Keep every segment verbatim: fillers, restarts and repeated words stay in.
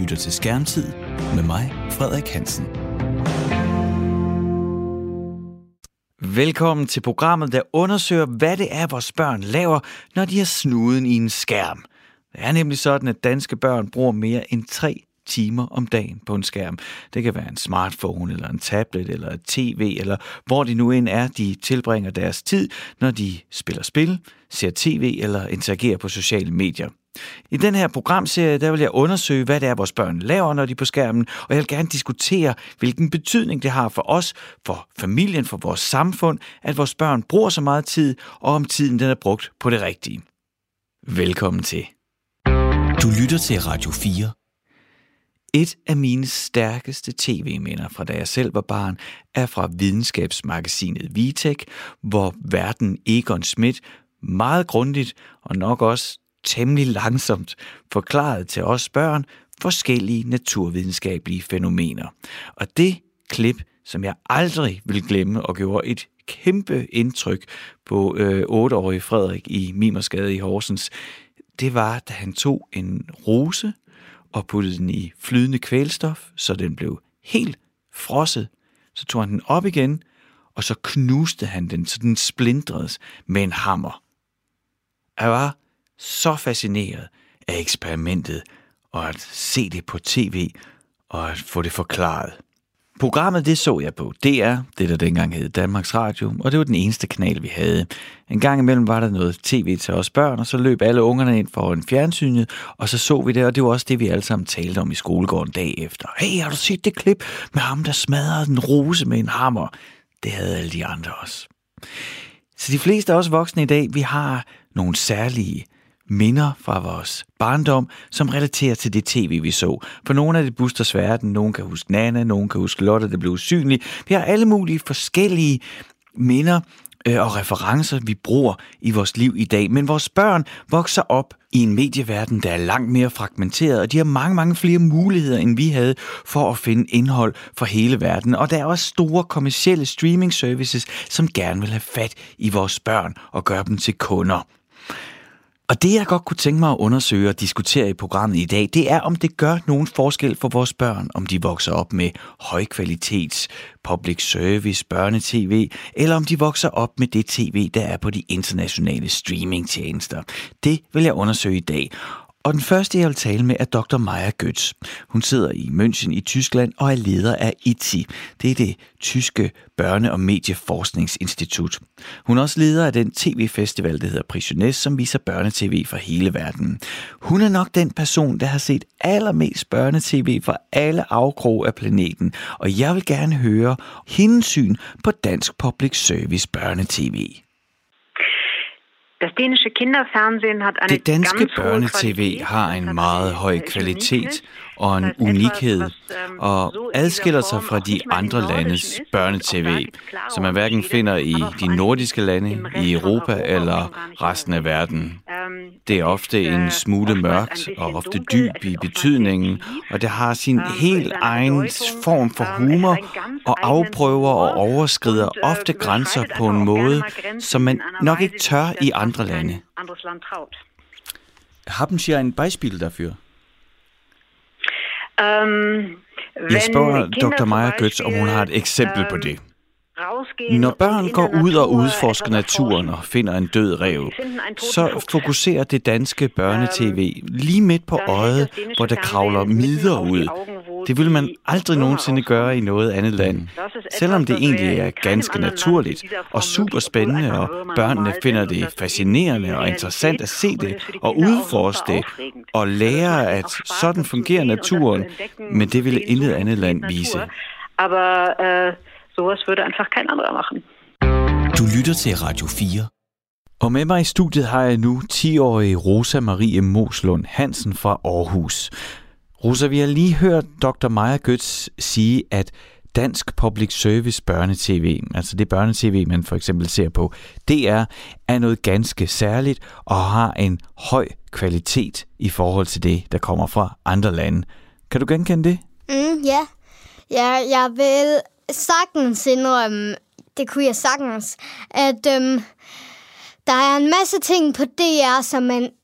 lytter til Skærmtid med mig, Frederik Hansen. Velkommen til programmet, der undersøger, hvad det er, vores børn laver, når de har snuden i en skærm. Det er nemlig sådan, at danske børn bruger mere end tre timer om dagen på en skærm. Det kan være en smartphone, eller en tablet, eller et tv, eller hvor de nu end er, de tilbringer deres tid, når de spiller spil, ser tv eller interagerer på sociale medier. I den her programserie, der vil jeg undersøge, hvad det er, vores børn laver, når de er på skærmen, og jeg vil gerne diskutere, hvilken betydning det har for os, for familien, for vores samfund, at vores børn bruger så meget tid, og om tiden den er brugt på det rigtige. Velkommen til. Du lytter til Radio fire. Et af mine stærkeste tv-minder fra da jeg selv var barn, er fra videnskabsmagasinet Vitek, hvor værten Egon Schmidt meget grundigt og nok også temmelig langsomt forklarede til os børn forskellige naturvidenskabelige fænomener. Og det klip, som jeg aldrig vil glemme og gjorde et kæmpe indtryk på øh, otteårige Frederik i Mimersgade i Horsens, det var, da han tog en rose og puttede den i flydende kvælstof, så den blev helt frosset. Så tog han den op igen, og så knuste han den, så den splintredes med en hammer. Jeg var så fascineret af eksperimentet, og at se det på tv, og at få det forklaret. Programmet, det så jeg på D R, det der dengang hed Danmarks Radio, og det var den eneste kanal, vi havde. En gang imellem var der noget tv til os børn, og så løb alle ungerne ind foran fjernsynet, og så så vi det, og det var også det, vi alle sammen talte om i skolegården dag efter. Hey, har du set det klip med ham, der smadrede en rose med en hammer? Det havde alle de andre også. Så de fleste af os voksne i dag, vi har nogle særlige minder fra vores barndom, som relaterer til det tv, vi så. For nogle er det Busters Verden, nogen kan huske Nana, nogen kan huske Lotte, der blev usynlig. Vi har alle mulige forskellige minder øh, og referencer, vi bruger i vores liv i dag. Men vores børn vokser op i en medieverden, der er langt mere fragmenteret, og de har mange, mange flere muligheder, end vi havde for at finde indhold for hele verden. Og der er også store kommercielle streaming services, som gerne vil have fat i vores børn og gøre dem til kunder. Og det, jeg godt kunne tænke mig at undersøge og diskutere i programmet i dag, det er, om det gør nogen forskel for vores børn, om de vokser op med højkvalitets public service, børnetv, eller om de vokser op med det tv, der er på de internationale streamingtjenester. Det vil jeg undersøge i dag. Og den første, jeg vil tale med, er doktor Maja Götz. Hun sidder i München i Tyskland og er leder af I T I. Det er det tyske børne- og medieforskningsinstitut. Hun er også leder af den tv-festival, der hedder Prix Jeunesse, som viser børnetv fra hele verden. Hun er nok den person, der har set allermest børnetv fra alle afkroge af planeten. Og jeg vil gerne høre hendes syn på dansk public service børnetv. Det danske børnetv har en meget høj kvalitet og en unikhed, og adskiller sig fra de andre landes børnetv, som man hverken finder i de nordiske lande, i Europa eller resten af verden. Det er ofte en smule mørkt og ofte dyb i betydningen, og det har sin helt egen form for humor og afprøver og overskrider ofte grænser på en måde, som man nok ikke tør i andre lande. Haben Sie ein Beispiel dafür? Jeg spørger doktor Maja Götz, om hun har et eksempel på det. Når børn går ud og udforsker naturen og finder en død ræv, så fokuserer det danske børnetv lige midt på øjet, hvor der kravler midder ud. Det vil man aldrig nogensinde gøre i noget andet land, selvom det egentlig er ganske naturligt og super spændende, og børnene finder det fascinerende og interessant at se det og udforske det og lære, at sådan fungerer naturen, men det vil intet andet land vise. Sowas würde einfach kein anderer machen. Du lytter til Radio fire. Og med mig i studiet har jeg nu ti-årige Rosa Marie Moslund Hansen fra Aarhus. Rosa, vi har lige hørt doktor Maja Götz sige, at dansk public service børnetv, altså det børnetv, man for eksempel ser på D R, er noget ganske særligt og har en høj kvalitet i forhold til det, der kommer fra andre lande. Kan du genkende det? Mm, ja. ja, jeg vil sagtens indrømme, det kunne jeg sagtens, at øhm, der er en masse ting på D R, som man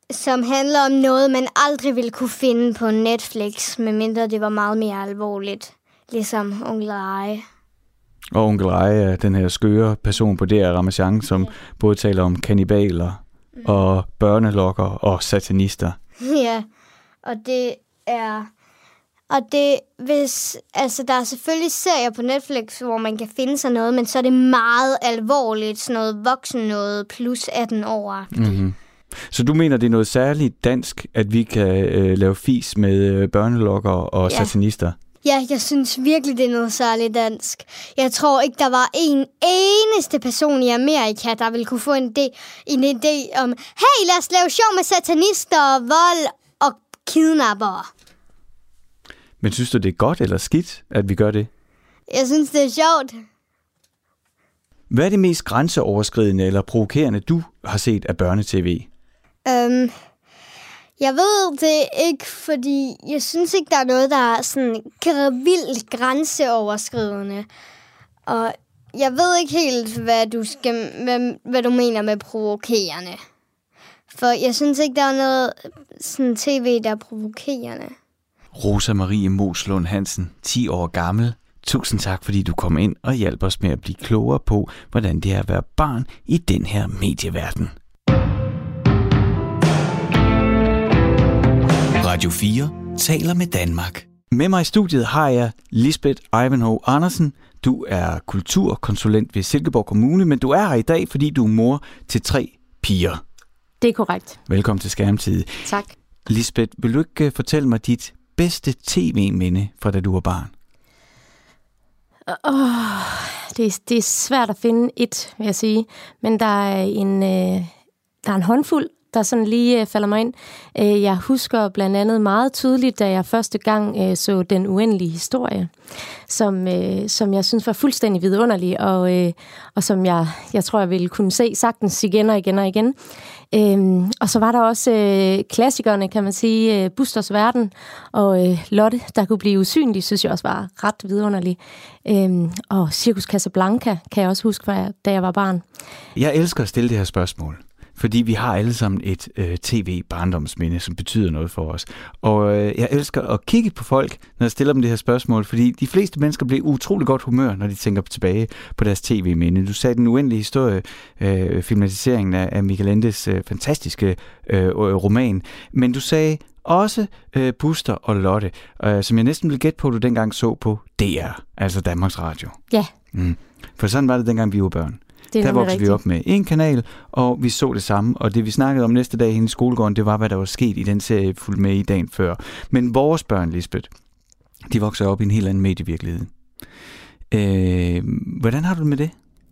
som handler om noget, man aldrig ville kunne finde på Netflix, medmindre det var meget mere alvorligt. Ligesom Onkel Reje. Og Onkel Reje er den her skøre person på D R Ramasjang, som ja. både taler om kannibaler mm. og børnelokker og satanister. Ja, og det er... Og det, hvis... Altså, der er selvfølgelig serier på Netflix, hvor man kan finde sig noget, men så er det meget alvorligt, sådan noget voksen noget, plus atten år. Mm-hmm. Så du mener, det er noget særligt dansk, at vi kan øh, lave fis med øh, børnelokker og ja. satanister? Ja, jeg synes virkelig, det er noget særligt dansk. Jeg tror ikke, der var en eneste person i Amerika, der ville kunne få en, de, en idé om, hey, lad os lave sjov med satanister, vold og kidnappere. Men synes du, det er godt eller skidt, at vi gør det? Jeg synes, det er sjovt. Hvad er det mest grænseoverskridende eller provokerende, du har set af børnetv? Um, jeg ved det ikke, fordi jeg synes ikke, der er noget, der er sådan vildt grænseoverskridende. Og jeg ved ikke helt, hvad du, skal, hvad, hvad du mener med provokerende. For jeg synes ikke, der er noget sådan tv, der er provokerende. Rosa Marie Moslund Hansen, ti år gammel. Tusind tak, fordi du kom ind og hjalp os med at blive klogere på, hvordan det er at være barn i den her medieverden. Radio fire taler med Danmark. Med mig i studiet har jeg Lisbeth Ivanhoe Andersen. Du er kulturkonsulent ved Silkeborg Kommune, men du er her i dag, fordi du er mor til tre piger. Det er korrekt. Velkommen til Skærmtid. Tak. Lisbeth, vil du ikke fortælle mig dit bedste tv-minde fra da du var barn? Oh, det, er, det er svært at finde et, vil jeg sige. Men der er en, øh, der er en håndfuld, der sådan lige øh, falder mig ind. Øh, jeg husker blandt andet meget tydeligt, da jeg første gang øh, så Den Uendelige Historie, som, øh, som jeg synes var fuldstændig vidunderlig, og, øh, og som jeg, jeg tror, jeg ville kunne se sagtens igen og igen og igen. Øhm, og så var der også øh, klassikerne, kan man sige, øh, Busters Verden og øh, Lotte, der kunne blive usynlig, synes jeg også var ret vidunderlig. Øhm, og Cirkus Casablanca kan jeg også huske, fra, da jeg var barn. Jeg elsker at stille det her spørgsmål, fordi vi har alle sammen et øh, tv-barndomsminde, som betyder noget for os. Og øh, jeg elsker at kigge på folk, når jeg stiller dem det her spørgsmål, fordi de fleste mennesker bliver utrolig godt humør, når de tænker tilbage på deres tv-minde. Du sagde Den Uendelige Historie, øh, filmatiseringen af, af Michael Endes øh, fantastiske øh, roman, men du sagde også øh, Buster og Lotte, øh, som jeg næsten ville gætte på, at du dengang så på D R, altså Danmarks Radio. Ja. Mm. For sådan var det dengang, vi var børn. Der voksede vi op med en kanal, og vi så det samme. Og det, vi snakkede om næste dag hen i skolegården, det var, hvad der var sket i den serie, fulgt med i dagen før. Men vores børn, Lisbeth, de vokser op i en helt anden medievirkelighed. Øh, hvordan har du det med det?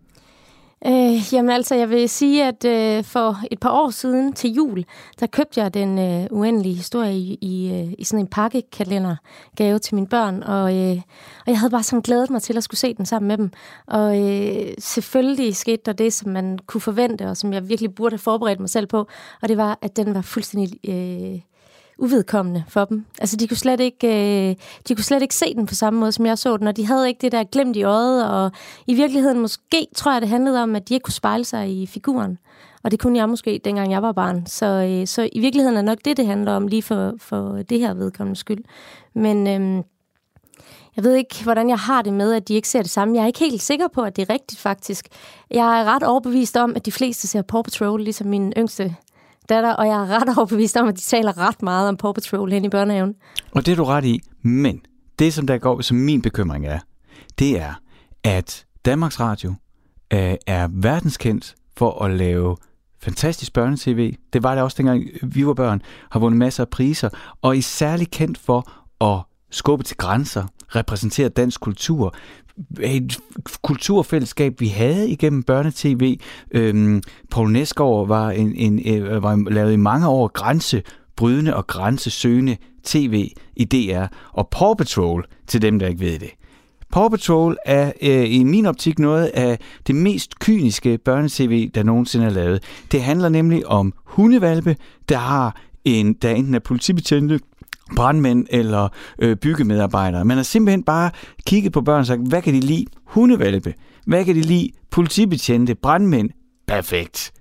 Øh, jamen altså, jeg vil sige, at øh, for et par år siden til jul, der købte jeg Den øh, Uendelige Historie i, i, øh, i sådan en pakkekalendergave til mine børn, og, øh, og jeg havde bare sådan glædet mig til at skulle se den sammen med dem. Og øh, selvfølgelig skete der det, som man kunne forvente, og som jeg virkelig burde have forberedt mig selv på, og det var, at den var fuldstændig øh, uvedkommende for dem. Altså, de kunne slet ikke, øh, de kunne slet ikke se den på samme måde, som jeg så den, og de havde ikke det der glimt i øjet, og i virkeligheden måske, tror jeg, det handlede om, at de ikke kunne spejle sig i figuren. Og det kunne jeg måske, dengang jeg var barn. Så, øh, så i virkeligheden er nok det, det handler om, lige for, for det her vedkommende skyld. Men øh, jeg ved ikke, hvordan jeg har det med, at de ikke ser det samme. Jeg er ikke helt sikker på, at det er rigtigt, faktisk. Jeg er ret overbevist om, at de fleste ser Paw Patrol, ligesom min yngste datter, og jeg er ret overbevist om, at de taler ret meget om Paw Patrol hen i børnehaven. Og det er du ret i, men det, som der går, som min bekymring er, det er, at Danmarks Radio øh, er verdenskendt for at lave fantastisk børnetv. Det var det også, dengang vi var børn, har vundet masser af priser, og er særligt kendt for at skubbe til grænser, repræsentere dansk kultur. Et kulturfællesskab, vi havde igennem børnetv. Øhm, Poul Nesgaard var, en, en, var lavet i mange år grænsebrydende og grænsesøgende tv i D R. Og Paw Patrol, til dem, der ikke ved det. Paw Patrol er øh, i min optik noget af det mest kyniske børnetv, der nogensinde er lavet. Det handler nemlig om hundevalpe, der har en, der enten er politibetjente, brandmænd eller øh, byggemedarbejdere. Man har simpelthen bare kigget på børn og sagt, hvad kan de lide? Hundevalpe. Hvad kan de lide? Politibetjente, brandmænd. Perfekt.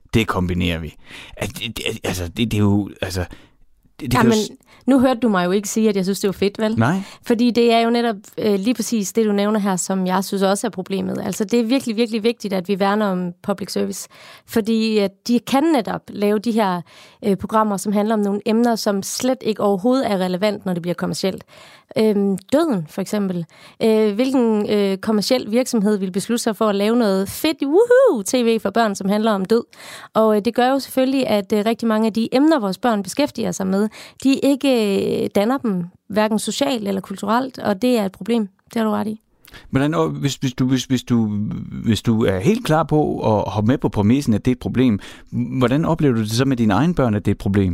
det kombinerer vi. Altså, det, det er jo... Altså, det, det Jamen, jo... nu hørte du mig jo ikke sige, at jeg synes, det var fedt, vel? Nej. Fordi det er jo netop øh, lige præcis det, du nævner her, som jeg synes også er problemet. Altså, det er virkelig, virkelig vigtigt, at vi værner om public service. Fordi at de kan netop lave de her øh, programmer, som handler om nogle emner, som slet ikke overhovedet er relevant, når det bliver kommercielt. Øhm, døden, for eksempel. Øh, hvilken øh, kommerciel virksomhed vil beslutte sig for at lave noget fedt woohoo tv for børn, som handler om død? Og øh, det gør jo selvfølgelig, at øh, rigtig mange af de emner, vores børn beskæftiger sig med, de ikke øh, danner dem, hverken socialt eller kulturelt, og det er et problem. Det har du ret i. Men hvis, hvis, du, hvis, hvis, du, hvis du er helt klar på at hoppe med på præmissen, at det er et problem, hvordan oplever du det så med dine egne børn, at det er et problem?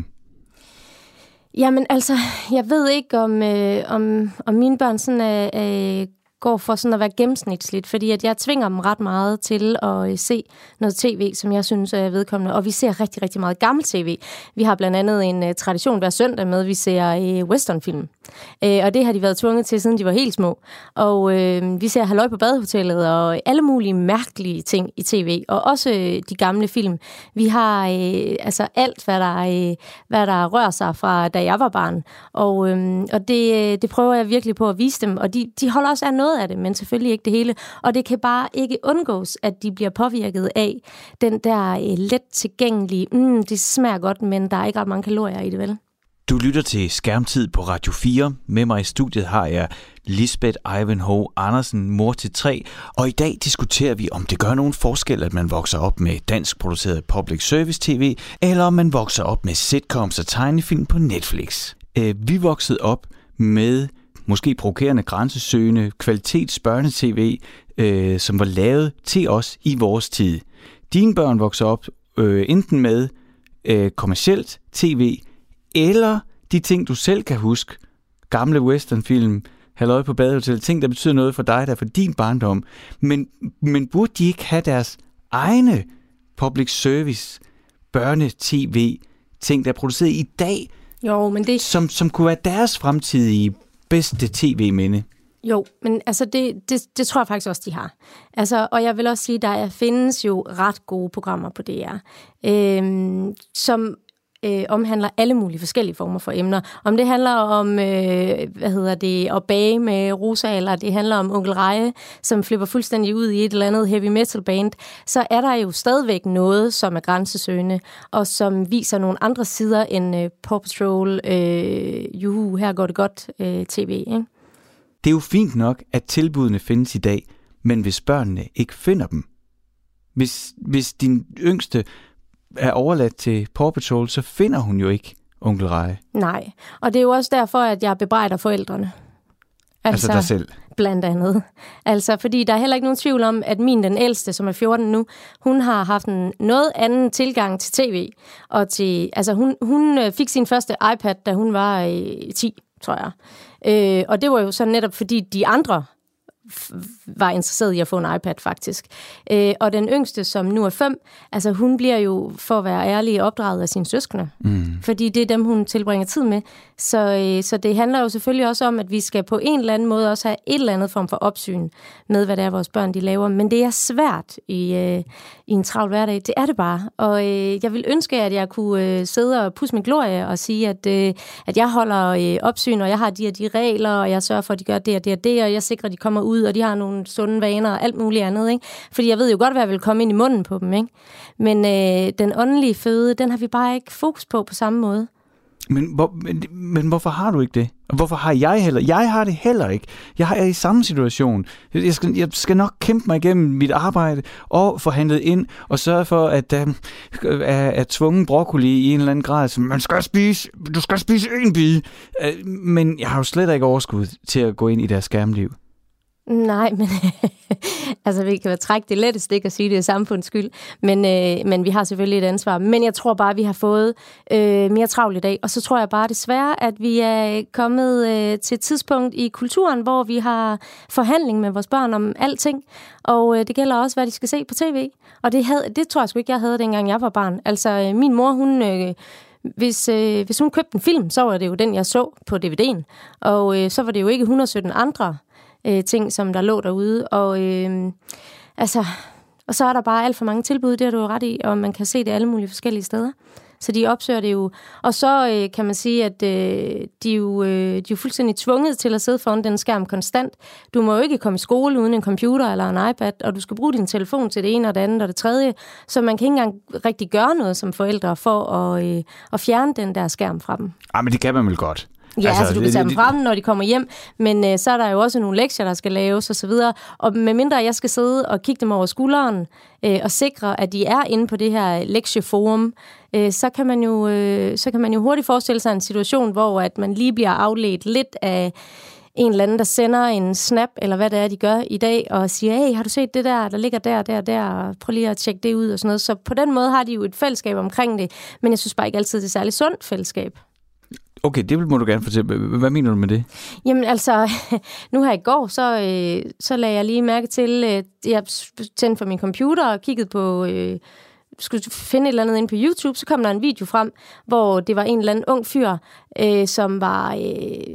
Jamen altså, jeg ved ikke, om, øh, om, om mine børn sådan er... Øh, går for sådan at være gennemsnitsligt, fordi at jeg tvinger dem ret meget til at øh, se noget tv, som jeg synes er vedkommende. Og vi ser rigtig, rigtig meget gammel tv. Vi har blandt andet en uh, tradition hver søndag med, at vi ser uh, westernfilm. Uh, og det har de været tvunget til, siden de var helt små. Og uh, vi ser Halløj på Badehotellet og alle mulige mærkelige ting i tv. Og også uh, de gamle film. Vi har uh, altså alt, hvad der, uh, hvad der rører sig fra, da jeg var barn. Og, uh, og det, det prøver jeg virkelig på at vise dem. Og de, de holder også af noget af det, men selvfølgelig ikke det hele. Og det kan bare ikke undgås, at de bliver påvirket af den der eh, let tilgængelige, mm, det smager godt, men der er ikke ret mange kalorier i det, vel? Du lytter til Skærmtid på Radio fire. Med mig i studiet har jeg Lisbeth Ivanhoe Andersen, mor til tre. Og i dag diskuterer vi, om det gør nogen forskel, at man vokser op med dansk produceret public service tv, eller om man vokser op med sitcoms og tegnefilm på Netflix. Vi voksede op med måske provokerende, grænsesøgende, kvalitetsbørne-tv, øh, som var lavet til os i vores tid. Dine børn vokser op øh, enten med øh, kommercielt tv, eller de ting, du selv kan huske, gamle westernfilm, Halløj på Badehotellet, ting, der betyder noget for dig, der for din barndom. Men, men burde de ikke have deres egne public service, børne-tv, ting, der er produceret i dag, jo, men det... som, som kunne være deres fremtidige bedste tv-minde? Jo, men altså det, det, det tror jeg faktisk også, de har. Altså, og jeg vil også sige, at der findes jo ret gode programmer på D R, øh, som øh, omhandler alle mulige forskellige former for emner. Om det handler om, øh, hvad hedder det, at bage med Rosa, eller det handler om Onkel Reje, som flipper fuldstændig ud i et eller andet heavy metal band, så er der jo stadigvæk noget, som er grænsesøgende, og som viser nogle andre sider end øh, Paw Patrol, øh, juhu, her går det godt, øh, tv, ikke? Det er jo fint nok, at tilbudene findes i dag, men hvis børnene ikke finder dem, hvis, hvis din yngste er overladt til Paw Patrol, så finder hun jo ikke Onkel Reje. Nej, og det er jo også derfor, at jeg bebrejder forældrene. Altså, altså dig selv? Blandt andet. Altså, fordi der er heller ikke nogen tvivl om, at min, den ældste, som er fjorten nu, hun har haft en noget anden tilgang til tv. Og til, altså, hun, hun fik sin første iPad, da hun var øh, ti, tror jeg. Øh, og det var jo så netop, fordi de andre var interesseret i at få en iPad, faktisk. Øh, og den yngste, som nu er fem, altså hun bliver jo, for at være ærlig, opdraget af sine søskende. Mm. Fordi det er dem, hun tilbringer tid med. Så, øh, så det handler jo selvfølgelig også om, at vi skal på en eller anden måde også have et eller andet form for opsyn med, hvad det er, vores børn de laver. Men det er svært i, øh, i en travl hverdag. Det er det bare. Og øh, jeg vil ønske, at jeg kunne øh, sidde og pusse min glorie og sige, at, øh, at jeg holder øh, opsyn, og jeg har de her de regler, og jeg sørger for, at de gør det og det og det, og jeg sikrer, at de kommer ud, og de har nogle sunde vaner og alt muligt andet, ikke? Fordi jeg ved jo godt, hvad jeg vil komme ind i munden på dem, ikke? Men øh, den åndelige føde, den har vi bare ikke fokus på på samme måde. Men, hvor, men, men hvorfor har du ikke det? Og hvorfor har jeg heller? Jeg har det heller ikke. Jeg er i samme situation. Jeg skal, jeg skal nok kæmpe mig igennem mit arbejde og få handlet ind og sørge for, at der øh, er, er tvungen broccoli i en eller anden grad. Så man skal spise, du skal spise en bid. Øh, men jeg har jo slet ikke overskud til at gå ind i deres skærmliv. Nej, men altså vi kan trække det lette stik og sige, det er samfundets skyld, men, øh, men vi har selvfølgelig et ansvar. Men jeg tror bare, at vi har fået øh, mere travlt i dag, og så tror jeg bare desværre, at vi er kommet øh, til et tidspunkt i kulturen, hvor vi har forhandling med vores børn om alting, og øh, det gælder også, hvad de skal se på tv. Og det, havde, det tror jeg sgu ikke, jeg havde, dengang jeg var barn. Altså øh, min mor, hun... Øh, Hvis, øh, hvis hun købte en film, så var det jo den, jeg så på D V D'en, og øh, så var det jo ikke et hundrede og sytten andre øh, ting, som der lå derude, og øh, altså, Og så er der bare alt for mange tilbud, det har du jo ret i, og man kan se det alle mulige forskellige steder. Så de opsøger det jo. Og så øh, kan man sige, at øh, de, er jo, øh, de er jo fuldstændig tvunget til at sidde foran den skærm konstant. Du må jo ikke komme i skole uden en computer eller en iPad, og du skal bruge din telefon til det ene og det andet og det tredje, så man kan ikke engang rigtig gøre noget som forældre for at, øh, at fjerne den der skærm fra dem. Ah, men det kan man vel godt. Ja, altså, altså du kan tage dem frem, når de kommer hjem, men øh, så er der jo også nogle lektier, der skal laves og så videre. Og medmindre jeg skal sidde og kigge dem over skulderen øh, og sikre, at de er inde på det her lektieforum, øh, så, kan man jo, øh, så kan man jo hurtigt forestille sig en situation, hvor at man lige bliver afledt lidt af en eller anden, der sender en snap, eller hvad det er, de gør i dag, og siger, hey, har du set det der, der ligger der, der, der, prøv lige at tjekke det ud og sådan noget. Så på den måde har de jo et fællesskab omkring det, men jeg synes bare ikke altid, det er særligt sundt fællesskab. Okay, det må du gerne fortælle. Hvad mener du med det? Jamen altså, nu her i går, så, øh, så lagde jeg lige mærke til, at jeg tændte for min computer og kiggede på, øh, skulle finde et eller andet inde på YouTube, så kom der en video frem, hvor det var en eller anden ung fyr, øh, som var øh,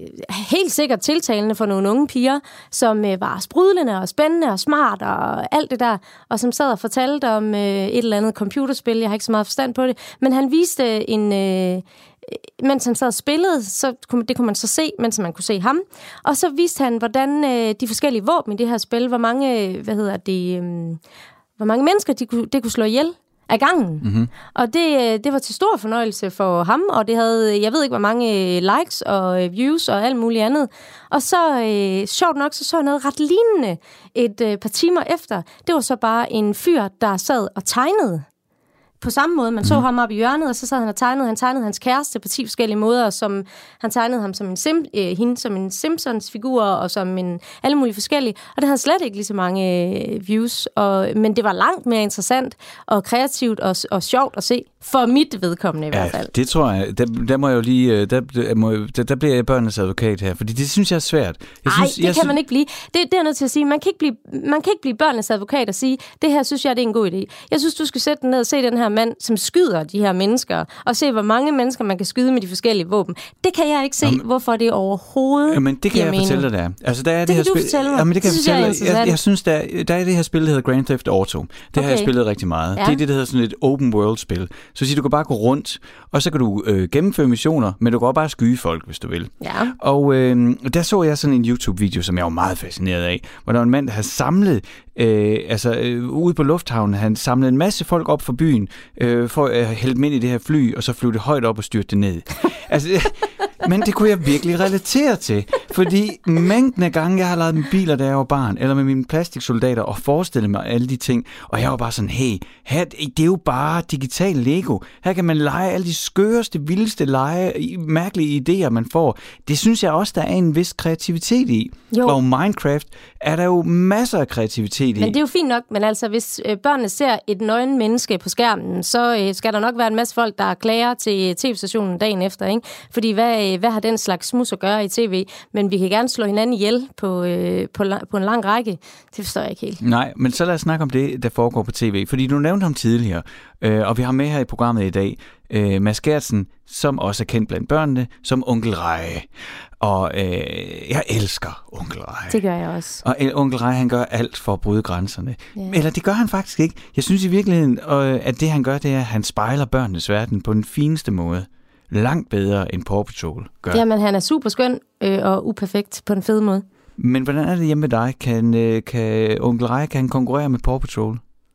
helt sikkert tiltalende for nogle unge piger, som øh, var sprudlende og spændende og smart og alt det der, og som sad og fortalte om øh, et eller andet computerspil. Jeg har ikke så meget forstand på det, men han viste en... Øh, mens han sad og spillede, så kunne, det kunne man så se, mens man kunne se ham. Og så viste han, hvordan øh, de forskellige våben i det her spil, hvor mange, hvad hedder det, øh, hvor mange mennesker de kunne, det kunne slå ihjel af gangen. Mm-hmm. Og det, det var til stor fornøjelse for ham, og det havde, jeg ved ikke, hvor mange likes og views og alt muligt andet. Og så, øh, sjovt nok, så så jeg noget ret lignende et øh, par timer efter. Det var så bare en fyr, der sad og tegnede. På samme måde, man så mm. ham op i hjørnet, og så sad han og tegnede. Han tegnede hans kæreste på ti forskellige måder, som han tegnede ham som en sim, øh, hende som en Simpsons-figur, og som en alle mulige forskellige. Og det havde slet ikke lige så mange øh, views, og, men det var langt mere interessant og kreativt og, og sjovt at se, for mit vedkommende i ja, hvert fald. Det tror jeg. Der, der må jeg jo lige, der, der, må, der, der bliver jeg børnenes advokat her, fordi det synes jeg er svært. Nej, det jeg kan sy- man ikke blive. Det, det er nødt til at sige. Man kan ikke blive, man kan ikke blive børnenes advokat og sige, det her synes jeg, det er en god idé. Jeg synes, du skal sætte den ned og se den her mand, som skyder de her mennesker, og se, hvor mange mennesker man kan skyde med de forskellige våben. Det kan jeg ikke se, Jamen, hvorfor det overhovedet Jamen, det kan jeg mening. fortælle dig, der. Altså, der er det, det kan her du spil- fortælle mig. Jamen, det kan det jeg synes fortælle jeg, jeg, jeg synes, der, der er det her spil, der hedder Grand Theft Auto. Det okay. har jeg spillet rigtig meget. Ja. Det er det, der hedder sådan et open world spil. Så siger du kan bare gå rundt, og så kan du øh, gennemføre missioner, men du kan også bare skyde folk, hvis du vil. Ja. Og øh, der så jeg sådan en YouTube-video, som jeg var meget fascineret af, hvor der var en mand, der havde samlet, øh, altså øh, ude på lufthavnen, han samlede en masse folk op fra byen, øh, for at hælde dem ind i det her fly, og så flyve det højt op og styrte det ned. altså, men det kunne jeg virkelig relatere til, fordi mængden af gange, jeg har lavet med biler, da jeg var barn, eller med mine plastiksoldater, og forestillet mig alle de ting, og jeg var bare sådan, hey, her, det er jo bare digital Lego. Her kan man lege alle de skøreste, vildeste lege, mærkelige idéer, man får. Det synes jeg også, der er en vis kreativitet i. Jo. Og Minecraft er der jo masser af kreativitet i. Men det er jo fint nok, men altså, hvis øh, børnene ser et nøgen menneske på skærmen, så øh, skal der nok være en masse folk, der klager til tv-stationen dagen efter, ikke? Fordi hvad, øh, hvad har den slags smus at gøre i tv? Men vi kan gerne slå hinanden ihjel på, øh, på, på en lang række. Det forstår jeg ikke helt. Nej, men så lad os snakke om det, der foregår på tv. Fordi du nævnte ham tidligere, øh, og vi har med her i programmet i dag, øh, Mads Geertsen, som også er kendt blandt børnene, som Onkel Reje. Og øh, jeg elsker Onkel Reje. Det gør jeg også. Og Onkel Reje, han gør alt for at bryde grænserne. Yeah. Eller det gør han faktisk ikke. Jeg synes i virkeligheden, øh, at det han gør, det er, at han spejler børnenes verden på den fineste måde. Langt bedre end Paw Patrol gør. Jamen, han er super skøn øh, og uperfekt på en fed måde. Men hvordan er det hjemme med dig? Kan, øh, kan Onkel Reje kan han konkurrere med Paw Patrol?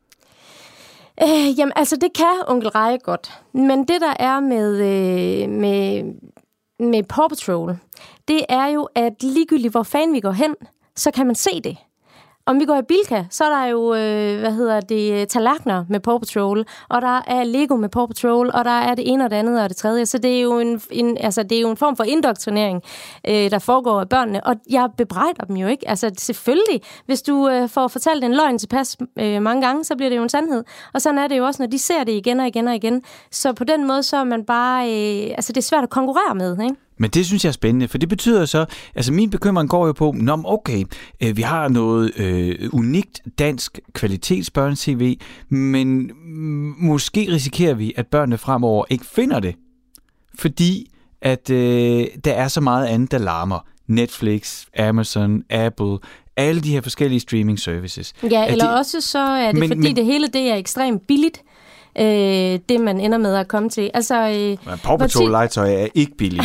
Øh, jamen, altså, det kan Onkel Reje godt. Men det, der er med, øh, med, med Paw Patrol, det er jo, at ligegyldigt hvor fanden vi går hen, så kan man se det. Om vi går i Bilka, så er der jo, øh, hvad hedder det, tallerkener med Paw Patrol, og der er Lego med Paw Patrol, og der er det ene og det andet og det tredje. Så det er jo en, en, altså, det er jo en form for indoktrinering, øh, der foregår af børnene, og jeg bebrejder dem jo ikke. Altså selvfølgelig, hvis du øh, får fortalt en løgn tilpas øh, mange gange, så bliver det jo en sandhed. Og sådan er det jo også, når de ser det igen og igen og igen. Så på den måde, så er man bare, øh, altså det er svært at konkurrere med, ikke? Men det synes jeg er spændende, for det betyder så, altså min bekymring går jo på, nå okay, øh, vi har noget øh, unikt dansk kvalitetsbørne-tv, men måske risikerer vi, at børnene fremover ikke finder det, fordi at øh, der er så meget andet, der larmer. Netflix, Amazon, Apple, alle de her forskellige streaming services. Ja, eller de, også så er det, men, fordi men, det hele det er ekstremt billigt, øh, det man ender med at komme til. Altså, øh, Paw Patrol legetøj er ikke billigt.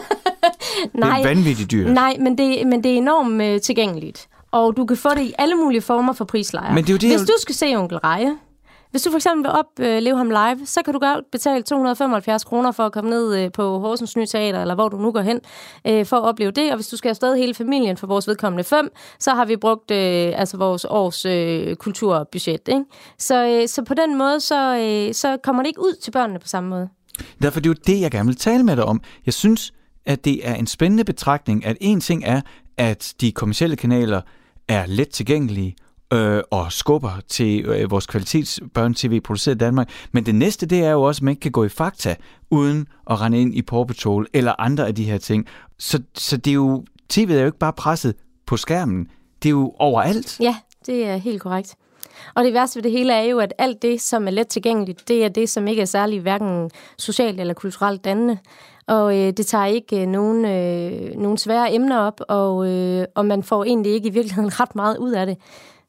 Nej, det er vanvittigt dyrt. Nej, men det, men det er enormt øh, tilgængeligt. Og du kan få det i alle mulige former for prislejer. Men det er jo det, Hvis jeg... du skal se Onkel Reje, hvis du for eksempel vil opleve ham live, så kan du godt betale to hundrede og femoghalvfjerds kroner for at komme ned øh, på Horsens Nye Teater, eller hvor du nu går hen, øh, for at opleve det. Og hvis du skal afsted hele familien for vores vedkommende fem, så har vi brugt øh, altså vores års øh, kulturbudget. Ikke? Så, øh, så på den måde, så, øh, så kommer det ikke ud til børnene på samme måde. Derfor det er jo det, jeg gerne vil tale med dig om. Jeg synes, at det er en spændende betragtning, at en ting er, at de kommercielle kanaler er let tilgængelige øh, og skubber til øh, vores kvalitetsbørn-tv produceret i Danmark. Men det næste, det er jo også, at man ikke kan gå i Fakta uden at rende ind i Paw Patrol eller andre af de her ting. Så, så det er jo, tv'et er jo ikke bare presset på skærmen. Det er jo overalt. Ja, det er helt korrekt. Og det værste ved det hele er jo, at alt det, som er let tilgængeligt, det er det, som ikke er særlig hverken socialt eller kulturelt dannende. Og øh, det tager ikke øh, nogen, øh, nogen svære emner op, og, øh, og man får egentlig ikke i virkeligheden ret meget ud af det.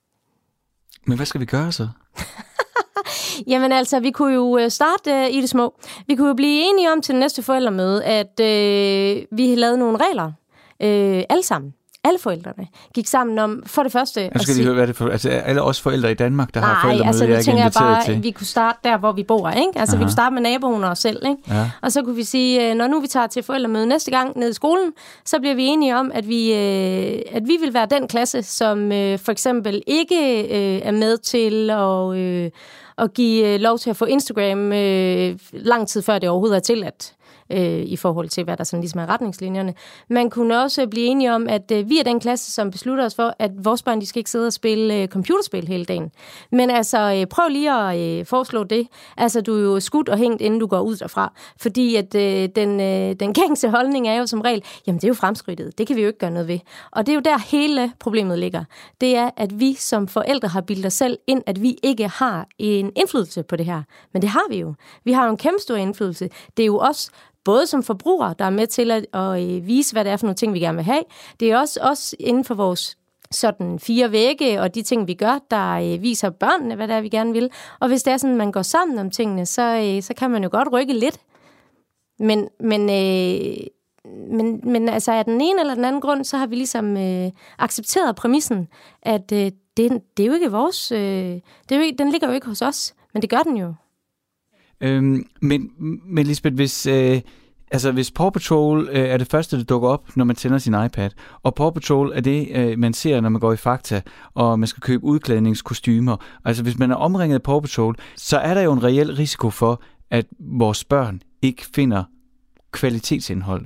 Men hvad skal vi gøre så? Jamen altså, vi kunne jo starte øh, i det små. Vi kunne jo blive enige om til det næste forældremøde, at øh, vi lavede nogle regler, øh, alle sammen. Alle forældrene gik sammen om, for det første... Jeg skal lige høre, hvad det for... Altså, alle os forældre i Danmark, der nej, har forældremøde, altså, jeg er ikke inviteret til. Nej, altså, vi kunne starte der, hvor vi bor, ikke? Altså, aha, vi kunne starte med naboen og os selv, ikke? Ja. Og så kunne vi sige, når nu vi tager til forældremøde næste gang ned i skolen, så bliver vi enige om, at vi, øh, at vi vil være den klasse, som øh, for eksempel ikke øh, er med til at, øh, at give lov til at få Instagram øh, lang tid før det overhovedet er tilladt. I forhold til, hvad der sådan ligesom er retningslinjerne. Man kunne også blive enige om, at øh, vi er den klasse, som beslutter os for, at vores børn, de skal ikke sidde og spille øh, computerspil hele dagen. Men altså, øh, prøv lige at øh, foreslå det. Altså, du er jo skudt og hængt, inden du går ud derfra. Fordi at øh, den, øh, den gængse holdning er jo som regel, jamen det er jo fremskridtet. Det kan vi jo ikke gøre noget ved. Og det er jo der hele problemet ligger. Det er, at vi som forældre har bildet os selv ind, at vi ikke har en indflydelse på det her. Men det har vi jo. Vi har jo en kæmpe stor indflydelse. Det er jo også både som forbrugere, der er med til at, at vise, hvad det er for nogle ting, vi gerne vil have. Det er også os inden for vores sådan fire vægge og de ting, vi gør, der viser børnene, hvad det er, vi gerne vil. Og hvis det er sådan, at man går sammen om tingene, så, så kan man jo godt rykke lidt. Men, men, øh, men, men altså af den ene eller den anden grund, så har vi ligesom øh, accepteret præmissen, at øh, det, det er jo ikke vores... Øh, det er jo ikke, den ligger jo ikke hos os, men det gør den jo. Øhm, men, men Lisbeth, hvis, øh, altså, hvis Paw Patrol øh, er det første, der dukker op, når man tænder sin iPad, og Paw Patrol er det, øh, man ser, når man går i Fakta, og man skal købe udklædningskostymer, altså hvis man er omringet af Paw Patrol, så er der jo en reel risiko for, at vores børn ikke finder kvalitetsindhold.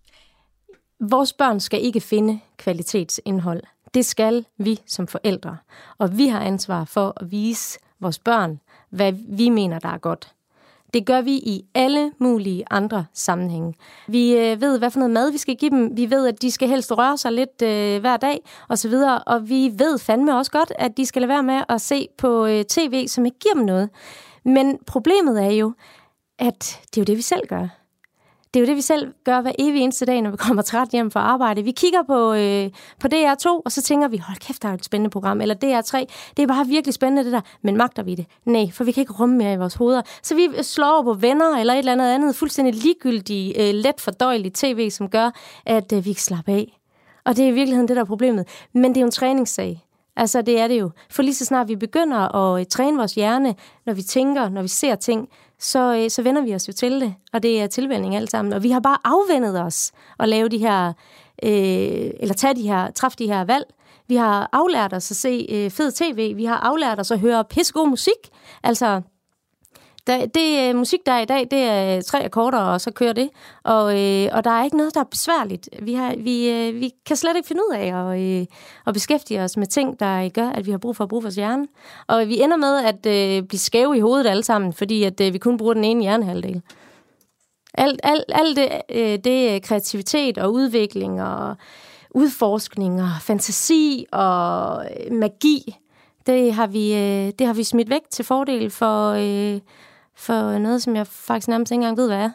Vores børn skal ikke finde kvalitetsindhold. Det skal vi som forældre. Og vi har ansvar for at vise vores børn, hvad vi mener, der er godt. Det gør vi i alle mulige andre sammenhænge. Vi øh, ved, hvad for noget mad vi skal give dem. Vi ved, at de skal helst røre sig lidt øh, hver dag, og så videre. Og vi ved fandme også godt, at de skal lade være med at se på øh, tv, som ikke giver dem noget. Men problemet er jo, at det er jo det, vi selv gør. Det er jo det, vi selv gør hver evig eneste dag, når vi kommer træt hjem fra arbejde. Vi kigger på, øh, på D R to, og så tænker vi, hold kæft, der er et spændende program. Eller D R tre, det er bare virkelig spændende det der. Men magter vi det? Nej, for vi kan ikke rumme mere i vores hoveder. Så vi slår over på Venner eller et eller andet andet fuldstændig ligegyldigt, øh, let fordøjeligt tv, som gør, at øh, vi ikke slapper af. Og det er i virkeligheden det, der er problemet. Men det er jo en træningssag. Altså, det er det jo. For lige så snart vi begynder at træne vores hjerne, når vi tænker, når vi ser ting, så, så vender vi os jo til det. Og det er tilvænning alt sammen. Og vi har bare afvendet os at lave de her, øh, eller tage de her, træffe de her valg. Vi har aflært os at se øh, fed tv. Vi har aflært os at høre pissegod musik. Altså, der, det øh, musik, der er i dag, det er tre akkorder, og så kører det. Og, øh, og der er ikke noget, der er besværligt. Vi, har, vi, øh, vi kan slet ikke finde ud af at, øh, at beskæftige os med ting, der gør, at vi har brug for at bruge vores hjerne. Og vi ender med at øh, blive skæve i hovedet alle sammen, fordi at, øh, vi kun bruger den ene hjernehalvdel. Alt, alt, alt det, øh, det kreativitet og udvikling og udforskning og fantasi og magi, det har vi, øh, det har vi smidt væk til fordel for... Øh, for noget, som jeg faktisk nærmest ikke engang ved, hvad er.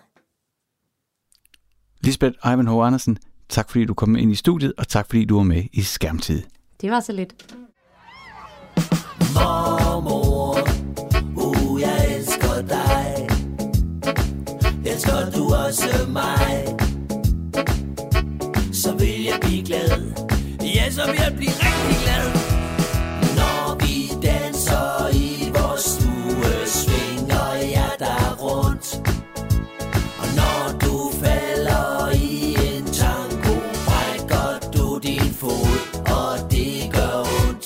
Lisbeth Ivanhoe Andersen, tak fordi du kom ind i studiet, og tak fordi du var med i Skærmtid. Det var så lidt. Mormor, uh, jeg elsker dig. Elsker du også mig? Så vil jeg blive glad. Ja, så vil jeg blive rigtig glad. Når vi danser i vores stue, svinger jeg der rundt. Og når du falder i en tango, brækker du din fod, og det gør ondt.